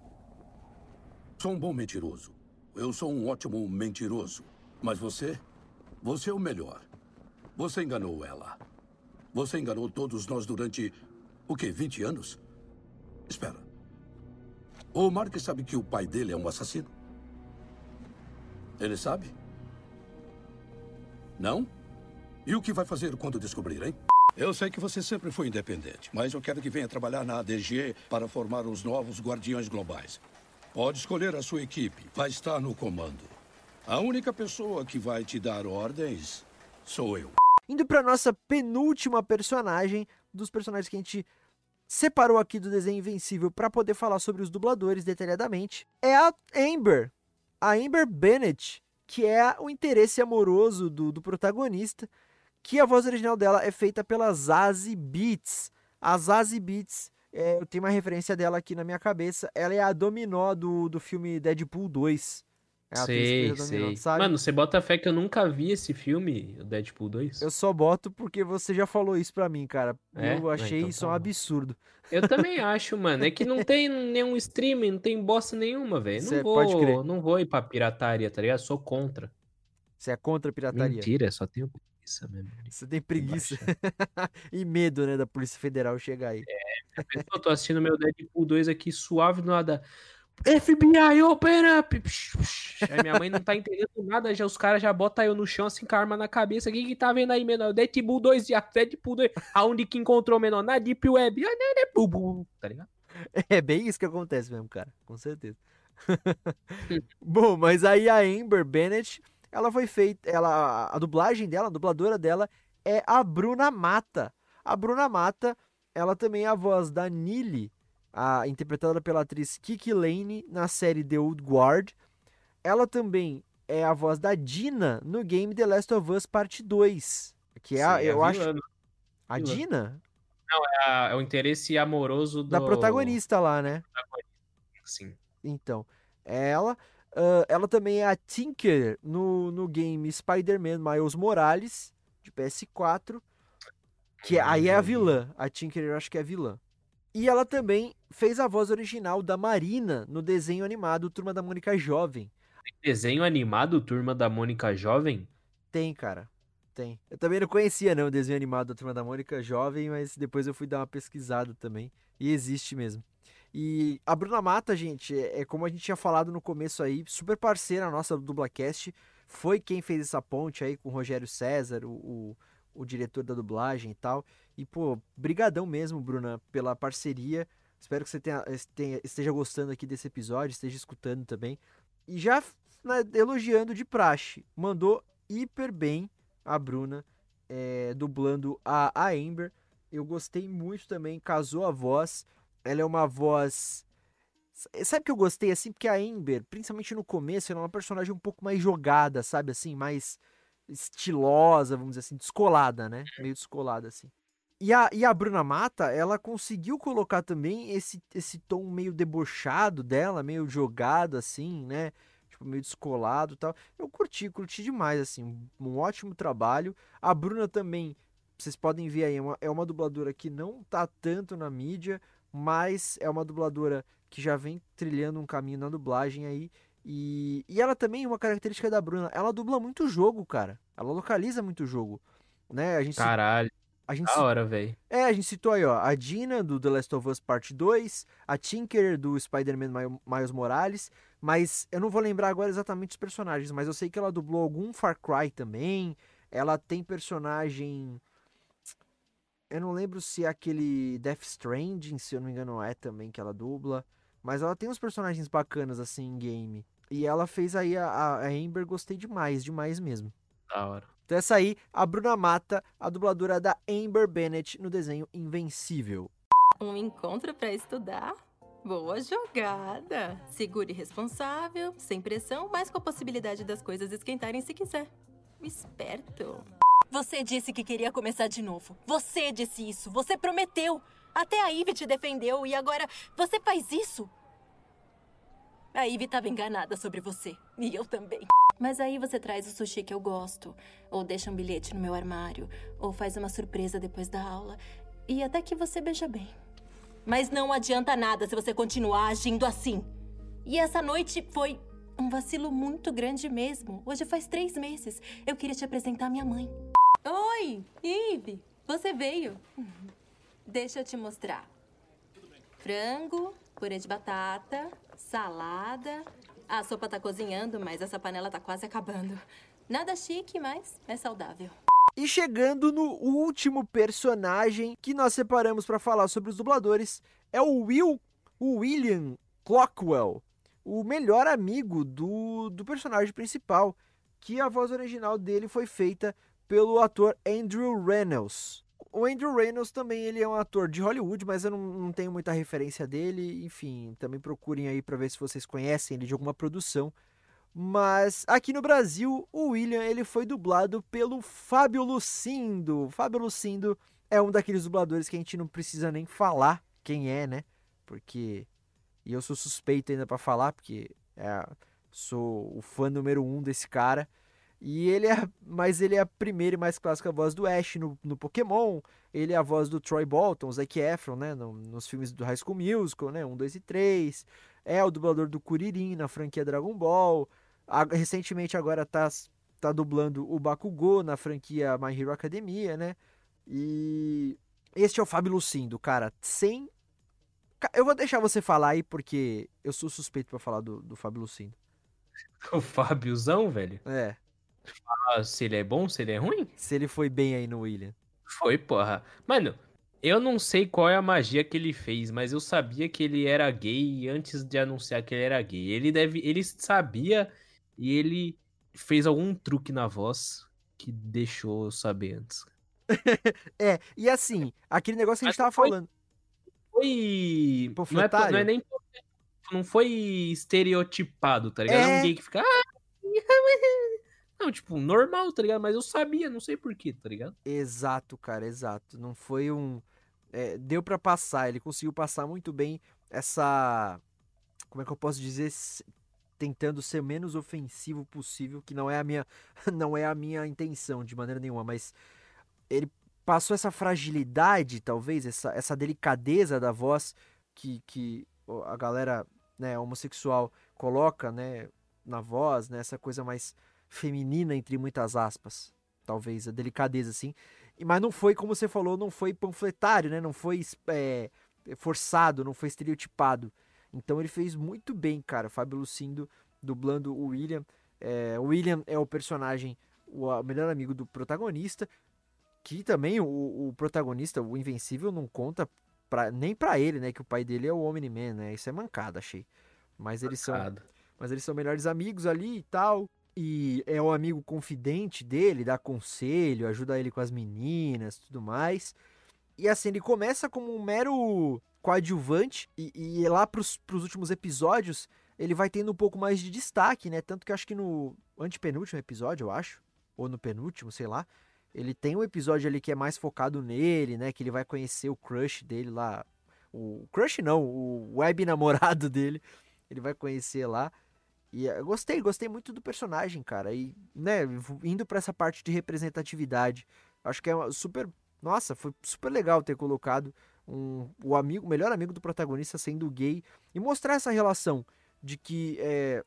Sou um bom mentiroso. Eu sou um ótimo mentiroso. Mas você? Você é o melhor. Você enganou ela. Você enganou todos nós durante, o quê, vinte anos? Espera. O Mark sabe que o pai dele é um assassino? Ele sabe? Não? E o que vai fazer quando descobrir, hein? Eu sei que você sempre foi independente, mas eu quero que venha trabalhar na A D G para formar os novos Guardiões Globais. Pode escolher a sua equipe, vai estar no comando. A única pessoa que vai te dar ordens sou eu. Indo pra nossa penúltima personagem, dos personagens que a gente separou aqui do desenho Invencível para poder falar sobre os dubladores detalhadamente, é a Amber. A Amber Bennett, que é o interesse amoroso do, do protagonista, que a voz original dela é feita pela Zazie Beetz. A Zazie Beetz, é, eu tenho uma referência dela aqui na minha cabeça, ela é a Dominó do, do filme Deadpool dois. É a atriz que Sei, fez a Dominó, sei. sabe? Mano, você bota fé que eu nunca vi esse filme, o Deadpool dois? Eu só boto porque você já falou isso pra mim, cara. É? Eu Ah, achei então isso tá um bom. absurdo. Eu também acho, mano. É que não tem nenhum streaming, não tem bosta nenhuma, velho. Cê Não pode crer. vou, não vou ir pra pirataria, tá ligado? Sou contra. Você é contra a pirataria. Mentira, só tenho preguiça mesmo. Você tem preguiça. baixar. E medo, né, da Polícia Federal chegar aí. Eu tô assistindo meu Deadpool dois aqui suave, nada. F B I, open up! Psh, psh. Aí minha mãe não tá entendendo nada, já, os caras já botam eu no chão assim com a arma na cabeça. Quem que tá vendo aí, menor? Deadpool dois, já, Deadpool dois. Aonde que encontrou, menor? Na Deep Web. Ah, né, né, bu, bu, tá ligado? É bem isso que acontece mesmo, cara. Com certeza. Bom, mas aí a Amber Bennett, ela foi feita, ela, a dublagem dela, a dubladora dela é a Bruna Mata. A Bruna Mata, ela também é a voz da Neely, a, interpretada pela atriz Kiki Lane na série The Old Guard. Ela também é a voz da Dina no game The Last of Us Parte dois. Que é, a, Sim, eu a acho... vilã. A Vilã. Dina? É, a- é o interesse amoroso do... Da protagonista lá, né? Sim. Então, ela, ah, ela também é a Tinker no, no game Spider-Man Miles Morales, de P S quatro, que Ah, aí é a joguinho. vilã. A Tinker eu acho que é a vilã. E ela também fez a voz original da Marina no desenho animado Turma da Mônica Jovem. Desenho animado, Turma da Mônica Jovem? Tem, cara. Tem. Eu também não conhecia, não, o desenho animado da Turma da Mônica Jovem, mas depois eu fui dar uma pesquisada também. E existe mesmo. E a Bruna Mata, gente, é, é como a gente tinha falado no começo aí, super parceira nossa do Dublacast. Foi quem fez essa ponte aí com o Rogério César, o, o, o diretor da dublagem e tal. E, pô, brigadão mesmo, Bruna, pela parceria. Espero que você tenha, tenha- esteja gostando aqui desse episódio, esteja escutando também. E já, né, elogiando de praxe, mandou hiper bem a Bruna, é, dublando a, a Amber. Eu gostei muito também, casou a voz. Ela é uma voz... Sabe que eu gostei, assim? Porque a Amber, principalmente no começo, ela é uma personagem um pouco mais jogada, sabe? Assim, mais estilosa, vamos dizer assim, descolada, né? Meio descolada, assim. E a, e a Bruna Mata, ela conseguiu colocar também esse, esse tom meio debochado dela, meio jogado, assim, né? Tipo, meio descolado e tal. Eu curti, curti demais, assim. Um, um ótimo trabalho. A Bruna também, vocês podem ver aí, é uma, é uma dubladora que não tá tanto na mídia, mas é uma dubladora que já vem trilhando um caminho na dublagem aí. E, e ela também, uma característica da Bruna, ela dubla muito jogo, cara. Ela localiza muito jogo, né? A gente, Caralho, a gente da hora, velho. é, a gente citou aí, ó, a Dina do The Last of Us Parte dois, a Tinker do Spider-Man Mi- Miles Morales, mas eu não vou lembrar agora exatamente os personagens, mas eu sei que ela dublou algum Far Cry também. Ela tem personagem... Eu não lembro se é aquele Death Stranding, se eu não me engano é também que ela dubla, mas ela tem uns personagens bacanas assim em game. E ela fez aí a, a a Amber, gostei demais, demais mesmo. Da hora. Então essa aí, a Bruna Mata, a dubladora da Amber Bennett no desenho Invencível. Um encontro pra estudar? Boa jogada! Seguro e responsável, sem pressão, mas com a possibilidade das coisas esquentarem se quiser. Esperto. Você disse que queria começar de novo. Você disse isso. Você prometeu. Até a Ivy te defendeu e agora você faz isso? A Ivy estava enganada sobre você. E eu também. Mas aí você traz o sushi que eu gosto, ou deixa um bilhete no meu armário, ou faz uma surpresa depois da aula, e até que você beija bem. Mas não adianta nada se você continuar agindo assim. E essa noite foi um vacilo muito grande mesmo. Hoje faz três meses. Eu queria te apresentar minha mãe. Oi, Ivy. Você veio. Deixa eu te mostrar. Frango, purê de batata, salada. A sopa tá cozinhando, mas essa panela tá quase acabando. Nada chique, mas é saudável. E chegando no último personagem que nós separamos para falar sobre os dubladores, é o Will, o William Clockwell, o melhor amigo do, do personagem principal, que a voz original dele foi feita pelo ator Andrew Rannells. O Andrew Rannells também ele é um ator de Hollywood, mas eu não, não tenho muita referência dele. Enfim, também procurem aí para ver se vocês conhecem ele de alguma produção. Mas aqui no Brasil, o William ele foi dublado pelo Fábio Lucindo. Fábio Lucindo é um daqueles dubladores que a gente não precisa nem falar quem é, né? Porque... E eu sou suspeito ainda pra falar, porque é, sou o fã número um desse cara. E ele é... Mas ele é a primeira e mais clássica voz do Ash no, no Pokémon. Ele é a voz do Troy Bolton, Zac Efron, né? No, nos filmes do High School Musical, né? um, dois e três. É o dublador do Kuririn na franquia Dragon Ball. Recentemente agora tá, tá dublando o Bakugou na franquia My Hero Academia, né? E este é o Fábio Lucindo, cara. Sem... Eu vou deixar você falar aí, porque eu sou suspeito pra falar do, do Fábio Lucindo. O Fábiozão, velho? É. Ah, se ele é bom, se ele é ruim? Se ele foi bem aí no William. Foi, porra. Mano, eu não sei qual é a magia que ele fez, mas eu sabia que ele era gay antes de anunciar que ele era gay. Ele deve... Ele sabia... E ele fez algum truque na voz que deixou eu saber antes. É, e assim, aquele negócio que a gente tava foi, falando. Foi. Não é, não é nem. Não foi estereotipado, tá ligado? É um gay que fica. Não, tipo, normal, tá ligado? Mas eu sabia, não sei porquê, tá ligado? Exato, cara, exato. Não foi um. É, deu pra passar, ele conseguiu passar muito bem essa. Como é que eu posso dizer? Tentando ser menos ofensivo possível, que não é a minha não é a minha intenção de maneira nenhuma, mas ele passou essa fragilidade, talvez, essa, essa delicadeza da voz que, que a galera, né, homossexual coloca, né, na voz, né, essa coisa mais feminina, entre muitas aspas, talvez, a delicadeza, assim, mas não foi, como você falou, não foi panfletário, né, não foi é, forçado, não foi estereotipado. Então ele fez muito bem, cara, Fábio Lucindo dublando o William. É, o William é o personagem, o, o melhor amigo do protagonista, que também o, o protagonista, o Invencível, não conta pra, nem pra ele, né, que o pai dele é o Omni-Man, né, isso é mancada, achei. Mas eles são, mas eles são melhores amigos ali e tal, e é o amigo confidente dele, dá conselho, ajuda ele com as meninas, tudo mais. E assim, ele começa como um mero coadjuvante, e, e lá pros, pros últimos episódios, ele vai tendo um pouco mais de destaque, né? Tanto que acho que no antepenúltimo episódio, eu acho, ou no penúltimo, sei lá, ele tem um episódio ali que é mais focado nele, né? Que ele vai conhecer o crush dele lá. O crush não, o web namorado dele. Ele vai conhecer lá. E eu gostei, gostei muito do personagem, cara. E, né, indo pra essa parte de representatividade, acho que é super... Nossa, foi super legal ter colocado um, o amigo, o melhor amigo do protagonista sendo gay e mostrar essa relação de que é,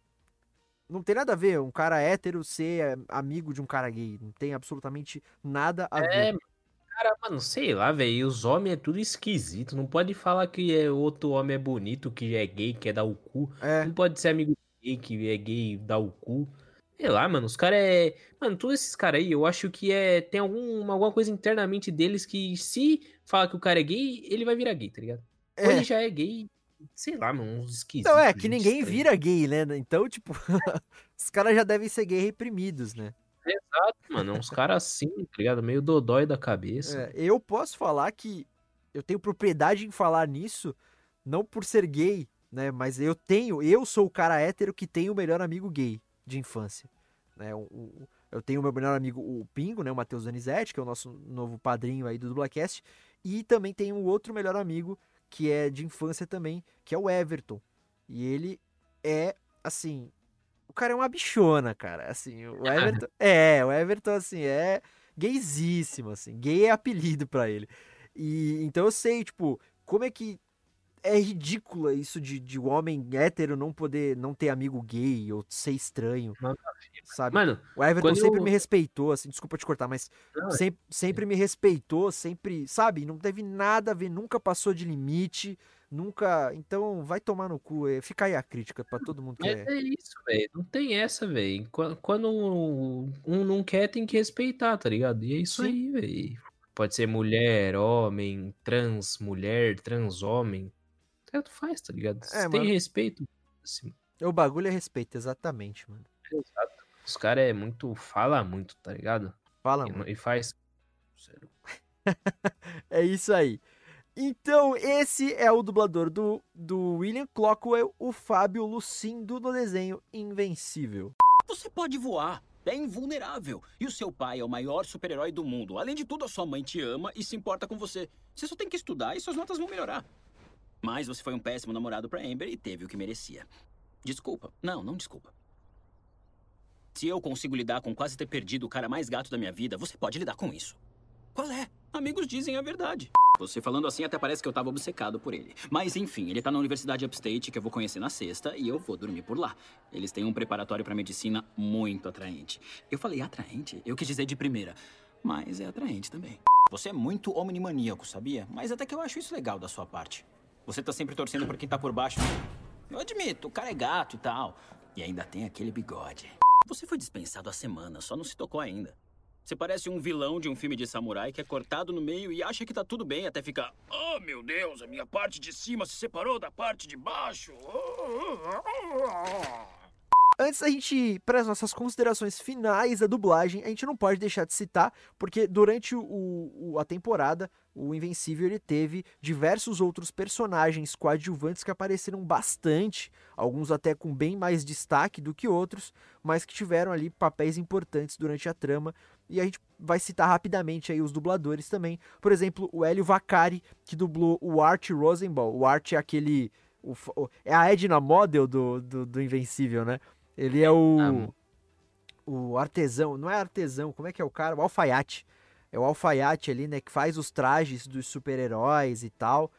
não tem nada a ver um cara hétero ser amigo de um cara gay. Não tem absolutamente nada a é, ver. Cara, mano, sei lá, velho. Os homens é tudo esquisito. Não pode falar que é outro homem é bonito, que é gay, que é dar o cu. É. Não pode ser amigo gay, que é gay, dar o cu. Sei lá, mano, os caras é... Mano, todos esses caras aí, eu acho que é... Tem algum, alguma coisa internamente deles que se fala que o cara é gay, ele vai virar gay, tá ligado? É. Ou ele já é gay, sei lá, mano, uns esquisitos. Não, é que ninguém estranho. vira gay, né? Então, tipo, os caras já devem ser gay reprimidos, né? Exato, mano, uns caras assim, tá ligado? Meio dodói da cabeça. É, eu posso falar que eu tenho propriedade em falar nisso, não por ser gay, né? Mas eu tenho, eu sou o cara hétero que tem o melhor amigo gay de infância, né? O, o, eu tenho o meu melhor amigo, o Pingo, né? O Matheus Donizete, que é o nosso novo padrinho aí do Dublacast, e também tenho um outro melhor amigo que é de infância também, que é o Everton. E ele é, assim, o cara é uma bichona, cara. Assim, o Everton, é, o Everton, assim, é gaysíssimo, assim. Gay é apelido pra ele. E então eu sei, tipo, como é que é ridícula isso de, de um homem hétero não poder, não ter amigo gay ou ser estranho, sabe? Mano, o Everton sempre eu... me respeitou, assim, desculpa te cortar, mas não, sempre, sempre me respeitou, sempre, sabe? Não teve nada a ver, nunca passou de limite, Nunca. Então, vai tomar no cu. é, Fica aí a crítica pra todo mundo que Mas é. é isso, velho. Não tem essa, velho. Qua- Quando um não quer, tem que respeitar, tá ligado? E é isso Sim. aí, velho. Pode ser mulher, homem, trans mulher, trans homem. Tanto faz, tá ligado? Se É, tem mano. respeito, assim, O bagulho é respeito, exatamente, mano. exato. Os caras é muito. Fala muito, tá ligado? Fala, E, não- mano. e faz. Sério. É isso aí. Então, esse é o dublador do, do William Clockwell, o Fábio Lucindo, no desenho Invencível. Você pode voar, é invulnerável. E o seu pai é o maior super-herói do mundo. Além de tudo, a sua mãe te ama e se importa com você. Você só tem que estudar e suas notas vão melhorar. Mas você foi um péssimo namorado pra Amber e teve o que merecia. Desculpa. Não, não desculpa. Se eu consigo lidar com quase ter perdido o cara mais gato da minha vida, você pode lidar com isso. Qual é? Amigos dizem a verdade. Você falando assim até parece que eu tava obcecado por ele. Mas enfim, ele tá na Universidade Upstate, que eu vou conhecer na sexta, e eu vou dormir por lá. Eles têm um preparatório pra medicina muito atraente. Eu falei atraente? Eu quis dizer de primeira. Mas é atraente também. Você é muito omnimaníaco, sabia? Mas até que eu acho isso legal da sua parte. Você tá sempre torcendo por quem tá por baixo. Eu admito, o cara é gato e tal. E ainda tem aquele bigode. Você foi dispensado há semanas, só não se tocou ainda. Você parece um vilão de um filme de samurai que é cortado no meio e acha que tá tudo bem até ficar... Oh, meu Deus, a minha parte de cima se separou da parte de baixo. Antes da gente ir para as nossas considerações finais da dublagem, a gente não pode deixar de citar, porque durante o, o- a temporada, o Invencível ele teve diversos outros personagens coadjuvantes que apareceram bastante, alguns até com bem mais destaque do que outros, mas que tiveram ali papéis importantes durante a trama, e a gente vai citar rapidamente aí os dubladores também. Por exemplo, o Hélio Vacari, que dublou o Art Rosenbaum. O Art é aquele... o f- o- é a Edna Model do, do, do Invencível, né? Ele é o, o artesão, não é artesão, como é que é o cara? O alfaiate. É o alfaiate ali, né, que faz os trajes dos super-heróis e tal.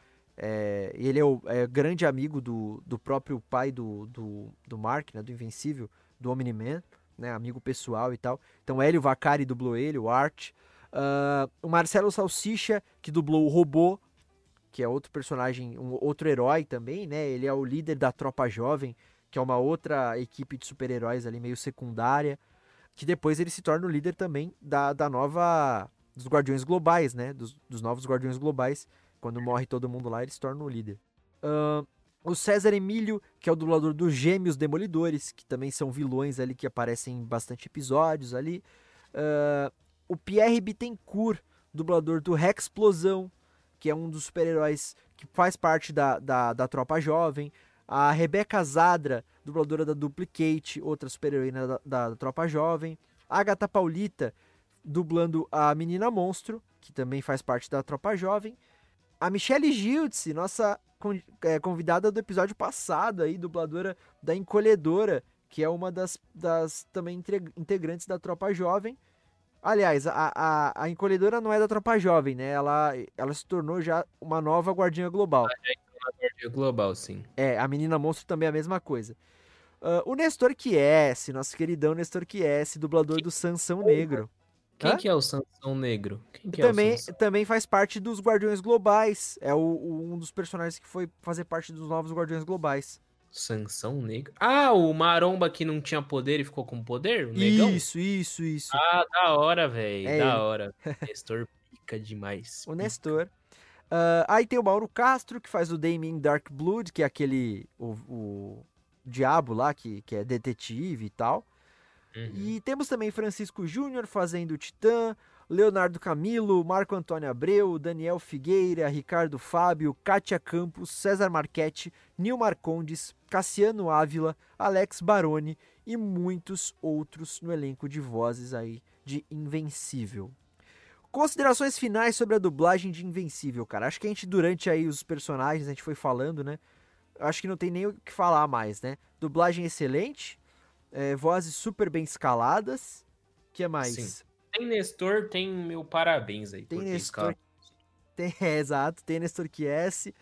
É, ele é o é grande amigo do, do próprio pai do, do, do Mark, né, do Invencível, do Omni-Man, né, amigo pessoal e tal. Então, Hélio Vacari dublou ele, o Art. Ah, o Marcelo Salsicha, que dublou o Robô, que é outro personagem, um outro herói também, né? Ele é o líder da Tropa Jovem, que é uma outra equipe de super-heróis ali meio secundária, que depois ele se torna o líder também da, da nova... dos Guardiões Globais, né? Dos, dos novos Guardiões Globais. Quando morre todo mundo lá, ele se torna o líder. Ahn, o César Emílio, que é o dublador dos Gêmeos Demolidores, que também são vilões ali que aparecem em bastante episódios ali. Ahn, o Pierre Bittencourt, dublador do Rexplosão, que é um dos super-heróis que faz parte da, da, da Tropa Jovem. A Rebeca Zadra, dubladora da Duplicate, outra super-heroína da, da, da Tropa Jovem. A Agatha Paulita, dublando a Menina Monstro, que também faz parte da Tropa Jovem. A Michelle Giltz, nossa con- é, convidada do episódio passado, aí, dubladora da Encolhedora, que é uma das, das também entre- integrantes da Tropa Jovem. Aliás, a, a, a Encolhedora não é da Tropa Jovem, né? Ela, ela se tornou já uma nova Guardinha Global. Guardiã Global, sim. É, a Menina Monstro também é a mesma coisa. Ah, o Nestor Chiesi, nosso queridão Nestor Chiesi, dublador do Sansão Negro. Quem Hã? que é o Sansão Negro? Quem que é o Também, Sansão? também faz parte dos Guardiões Globais. É o, o- um dos personagens que foi fazer parte dos novos Guardiões Globais. Sansão Negro? Ah, o Maromba que não tinha poder e ficou com poder? O negão? Isso, isso, isso. Ah, da hora, velho. É da ele. hora. Nestor pica demais. O pica. Nestor. Ah, aí tem o Mauro Castro, que faz o Damien Darkblood, que é aquele... O, o diabo lá, que, que é detetive e tal. Uhum. E temos também Francisco Júnior fazendo o Titã, Leonardo Camilo, Marco Antônio Abreu, Daniel Figueira, Ricardo Fábio, Kátia Campos, César Marchetti, Nil Marcondes, Cassiano Ávila, Alex Baroni e muitos outros no elenco de vozes aí de Invencível. Considerações finais sobre a dublagem de Invencível, cara. Acho que a gente, durante aí os personagens, a gente foi falando, né? Acho que não tem nem o que falar mais, né? Dublagem excelente, é, vozes super bem escaladas. O que mais? Sim. Tem Nestor, tem meu parabéns aí. Tem por ter Nestor, escalado. tem, é, exato, tem Nestor Chiesi,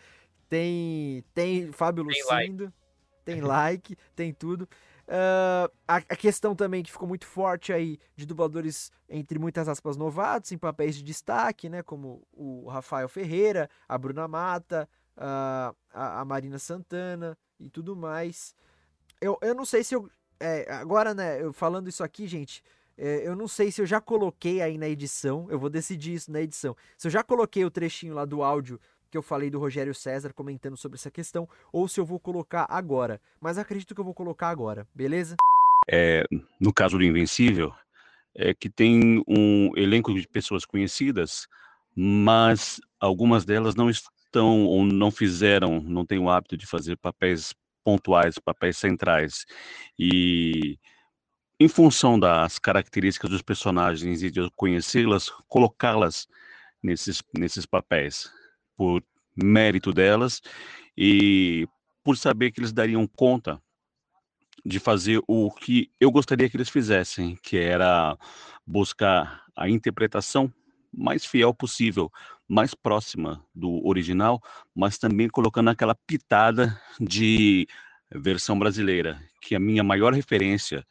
tem, tem Fábio Tem Lucindo, tem like, tem tudo. Ah, a, a questão também que ficou muito forte aí de dubladores, entre muitas aspas, novatos, em papéis de destaque, né? Como o Rafael Ferreira, a Bruna Mata, uh, a, a Marina Santana e tudo mais. Eu, eu não sei se eu... É, agora, né, eu falando isso aqui, gente, é, eu não sei se eu já coloquei aí na edição, eu vou decidir isso na edição, se eu já coloquei o trechinho lá do áudio que eu falei do Rogério César comentando sobre essa questão, ou se eu vou colocar agora. Mas acredito que eu vou colocar agora, beleza? É, no caso do Invencível, é que tem um elenco de pessoas conhecidas, mas algumas delas não estão ou não fizeram, não têm o hábito de fazer papéis pontuais, papéis centrais. E em função das características dos personagens e de eu conhecê-las, colocá-las nesses, nesses papéis, por mérito delas e por saber que eles dariam conta de fazer o que eu gostaria que eles fizessem, que era buscar a interpretação mais fiel possível, mais próxima do original, mas também colocando aquela pitada de versão brasileira, que a minha maior referência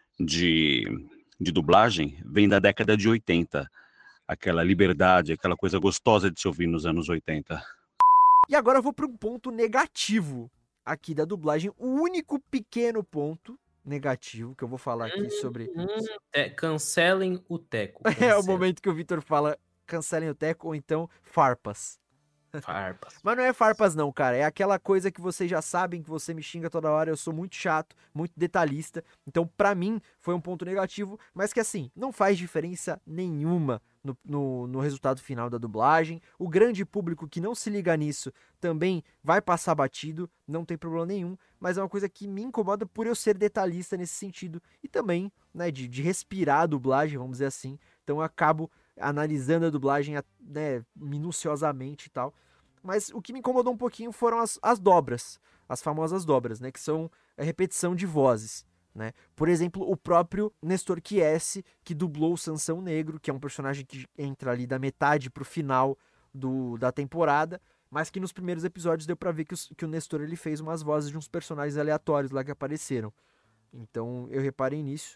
de, de dublagem vem da década de oitenta. Aquela liberdade, aquela coisa gostosa de se ouvir nos anos oitenta. E agora eu vou para um ponto negativo aqui da dublagem, o único pequeno ponto negativo que eu vou falar aqui hum, sobre... Hum, é, cancelem o Teco. É o momento que o Vitor fala cancelem o Teco ou então farpas. Farpas. Mas não é farpas não, cara, é aquela coisa que vocês já sabem, que você me xinga toda hora, eu sou muito chato, muito detalhista, então pra mim foi um ponto negativo, mas que assim, não faz diferença nenhuma no, no, no resultado final da dublagem. O grande público que não se liga nisso também vai passar batido, não tem problema nenhum, mas é uma coisa que me incomoda por eu ser detalhista nesse sentido, e também, né, de, de respirar a dublagem, vamos dizer assim, então eu acabo analisando a dublagem, né, minuciosamente e tal. Mas o que me incomodou um pouquinho foram as, as dobras, as famosas dobras, né, que são a repetição de vozes, né? Por exemplo, o próprio Nestor Chiesi, que dublou o Sansão Negro, que é um personagem que entra ali da metade pro final do, da temporada, mas que nos primeiros episódios deu pra ver que, os, que o Nestor ele fez umas vozes de uns personagens aleatórios lá que apareceram. Então eu reparei nisso.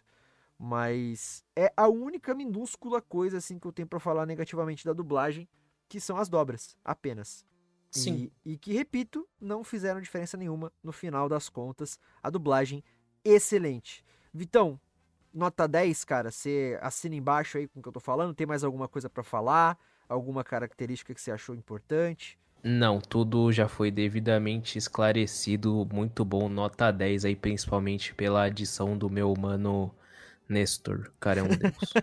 Mas é a única minúscula coisa assim que eu tenho pra falar negativamente da dublagem, que são as dobras, apenas. Sim. E, e que, repito, não fizeram diferença nenhuma no final das contas. A dublagem, excelente. Vitão, nota dez, cara, você assina embaixo aí com o que eu tô falando? Tem mais alguma coisa pra falar? Alguma característica que você achou importante? Não, tudo já foi devidamente esclarecido. Muito bom, nota dez aí, principalmente pela adição do meu mano Nestor. O cara é um deus.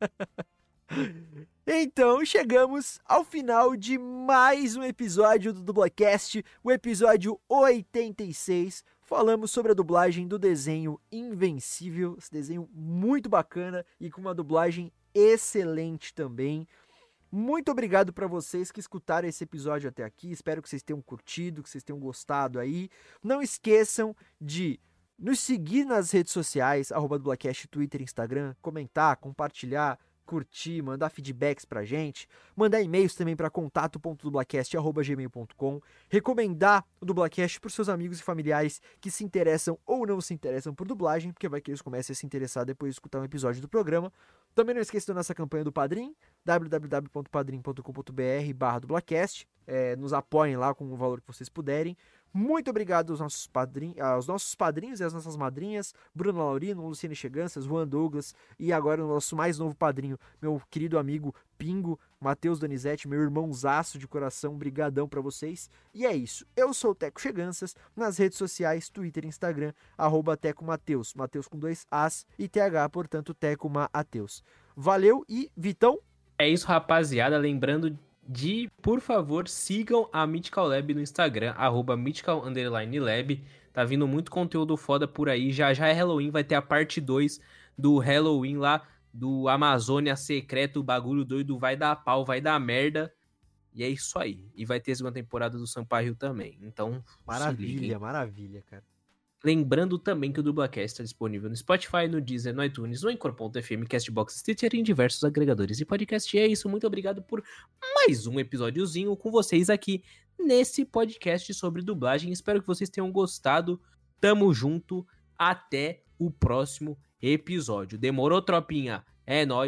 Então, chegamos ao final de mais um episódio do Dublacast, o episódio oitenta e seis. Falamos sobre a dublagem do desenho Invencível, esse desenho muito bacana e com uma dublagem excelente também. Muito obrigado para vocês que escutaram esse episódio até aqui, espero que vocês tenham curtido, que vocês tenham gostado aí. Não esqueçam de nos seguir nas redes sociais, arroba Dublacast, Twitter, Instagram, comentar, compartilhar, curtir, mandar feedbacks pra gente, mandar e-mails também para contato ponto dublacast arroba gmail ponto com, recomendar o Dublacast pros seus amigos e familiares que se interessam ou não se interessam por dublagem, porque vai que eles comecem a se interessar depois de escutar um episódio do programa. Também não esqueça da nossa campanha do Padrim, w w w ponto padrim ponto com ponto b r barra dublacast, é, nos apoiem lá com o valor que vocês puderem. Muito obrigado aos nossos, padrinhos, aos nossos padrinhos e às nossas madrinhas, Bruno Laurino, Luciane Cheganças, Juan Douglas e agora o nosso mais novo padrinho, meu querido amigo Pingo, Matheus Donizete, meu irmãozaço de coração, brigadão pra vocês. E é isso, eu sou o Teco Cheganças, nas redes sociais, Twitter e Instagram, arroba Teco Mateus, Mateus com dois As e T H, portanto, Teco Mateus. Valeu e Vitão? É isso, rapaziada, lembrando de, por favor, sigam a Mythical Lab no Instagram, arroba Mythical underline Lab. Tá vindo muito conteúdo foda por aí. Já já é Halloween, vai ter a parte dois do Halloween lá, do Amazônia Secreto, o bagulho doido, vai dar pau, vai dar merda. E é isso aí. E vai ter a segunda temporada do Sampaio também. Então, maravilha, maravilha, cara. Lembrando também que o Dublacast está disponível no Spotify, no Deezer, no iTunes, no Anchor ponto f m, Castbox, Stitcher e em diversos agregadores de podcast. E é isso, muito obrigado por mais um episódiozinho com vocês aqui nesse podcast sobre dublagem. Espero que vocês tenham gostado. Tamo junto, até o próximo episódio. Demorou, tropinha? É nóis.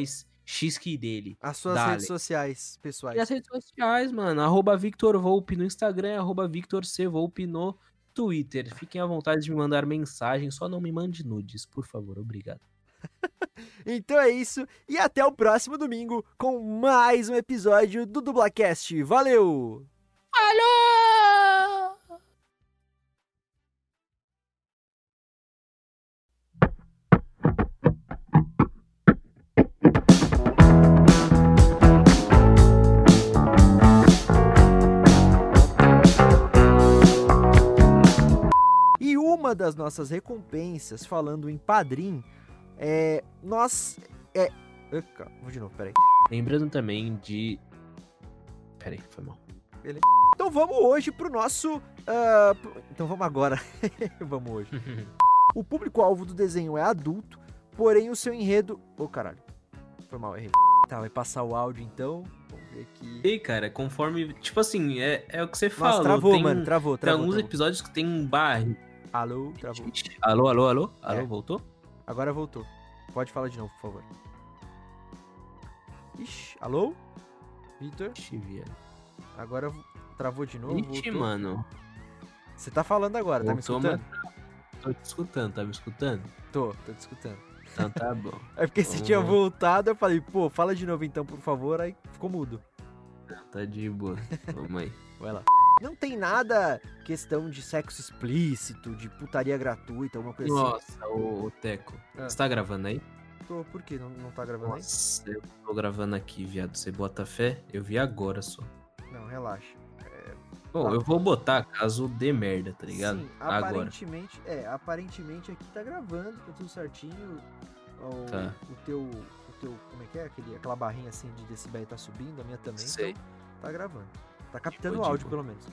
X-Key dele. As suas Dale. redes sociais pessoais. E as redes sociais, mano. Arroba Victor Volpe no Instagram, arroba Victor C. Volpe no Twitter. Fiquem à vontade de me mandar mensagem, só não me mande nudes, por favor. Obrigado. Então é isso, e até o próximo domingo com mais um episódio do Dublacast. Valeu! Alô! E uma das nossas recompensas, falando em Padrim, é... Nós... É... Eca, vou de novo, peraí. Lembrando também de... Peraí, foi mal. Beleza. Então vamos hoje pro nosso... Uh... pro- Então vamos agora. Vamos hoje. O público-alvo do desenho é adulto, porém o seu enredo... Ô, caralho. Foi mal, errei. Tá, vai passar o áudio então. Vamos ver aqui. E, cara, conforme... Tipo assim, é, é o que você Nossa, falou. travou, tem, mano, travou, Tem travou, alguns travou. episódios que tem um barre. Alô, travou. Alô, alô, alô? Alô, É. voltou? Agora voltou. Pode falar de novo, por favor. Ixi, alô? Vitor? Ixi, viado. Agora vo- travou de novo, Ixi, voltou. mano. Você tá falando agora, tá me Voltou, escutando? mas- Tô te escutando, tá me escutando? Tô, tô te escutando. Então tá bom. É porque você Vamos tinha lá. voltado, eu falei, pô, fala de novo então, por favor, aí ficou mudo. Tá de boa. Vamos aí. Vai lá. Não tem nada questão de sexo explícito, de putaria gratuita, alguma coisa assim. Nossa, ô, ô Teco. Ah. Você tá gravando aí? Tô, por que não, não tá gravando aí? Nossa, eu tô gravando aqui, viado. Você bota fé? Eu vi agora só. Não, relaxa. Bom, Tá. eu vou botar caso dê merda, tá ligado? Sim, Agora. aparentemente, é, aparentemente aqui tá gravando, tá tudo certinho. O, Tá. o teu, o teu, como é que é? Aquele, aquela barrinha assim de decibel tá subindo, a minha também, Sei. então tá gravando. Tá captando Pô, o áudio, Digo. pelo menos.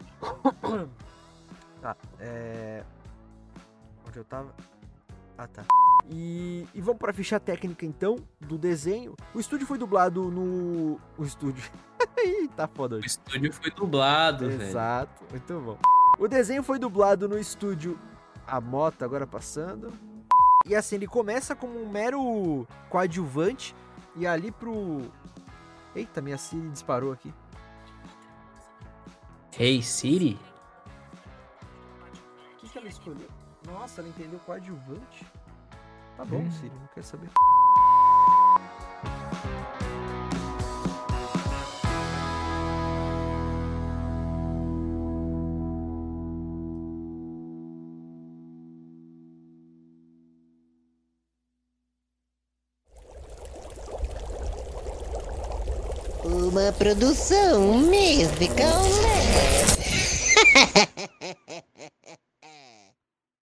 Tá, é... Onde eu tava? Ah, tá. E, e vamos pra ficha técnica, então, do desenho. O estúdio foi dublado no... O estúdio... Ih, tá foda hoje. O estúdio foi dublado, velho. Exato, muito bom. O desenho foi dublado no estúdio A Mota, agora passando. E assim, ele começa como um mero coadjuvante. E ali pro... Eita, minha Siri disparou aqui. Hey, Siri? O que, que ela escolheu? Nossa, ela entendeu coadjuvante. Tá bom, Hum. Siri, não quer saber. Uma produção musical.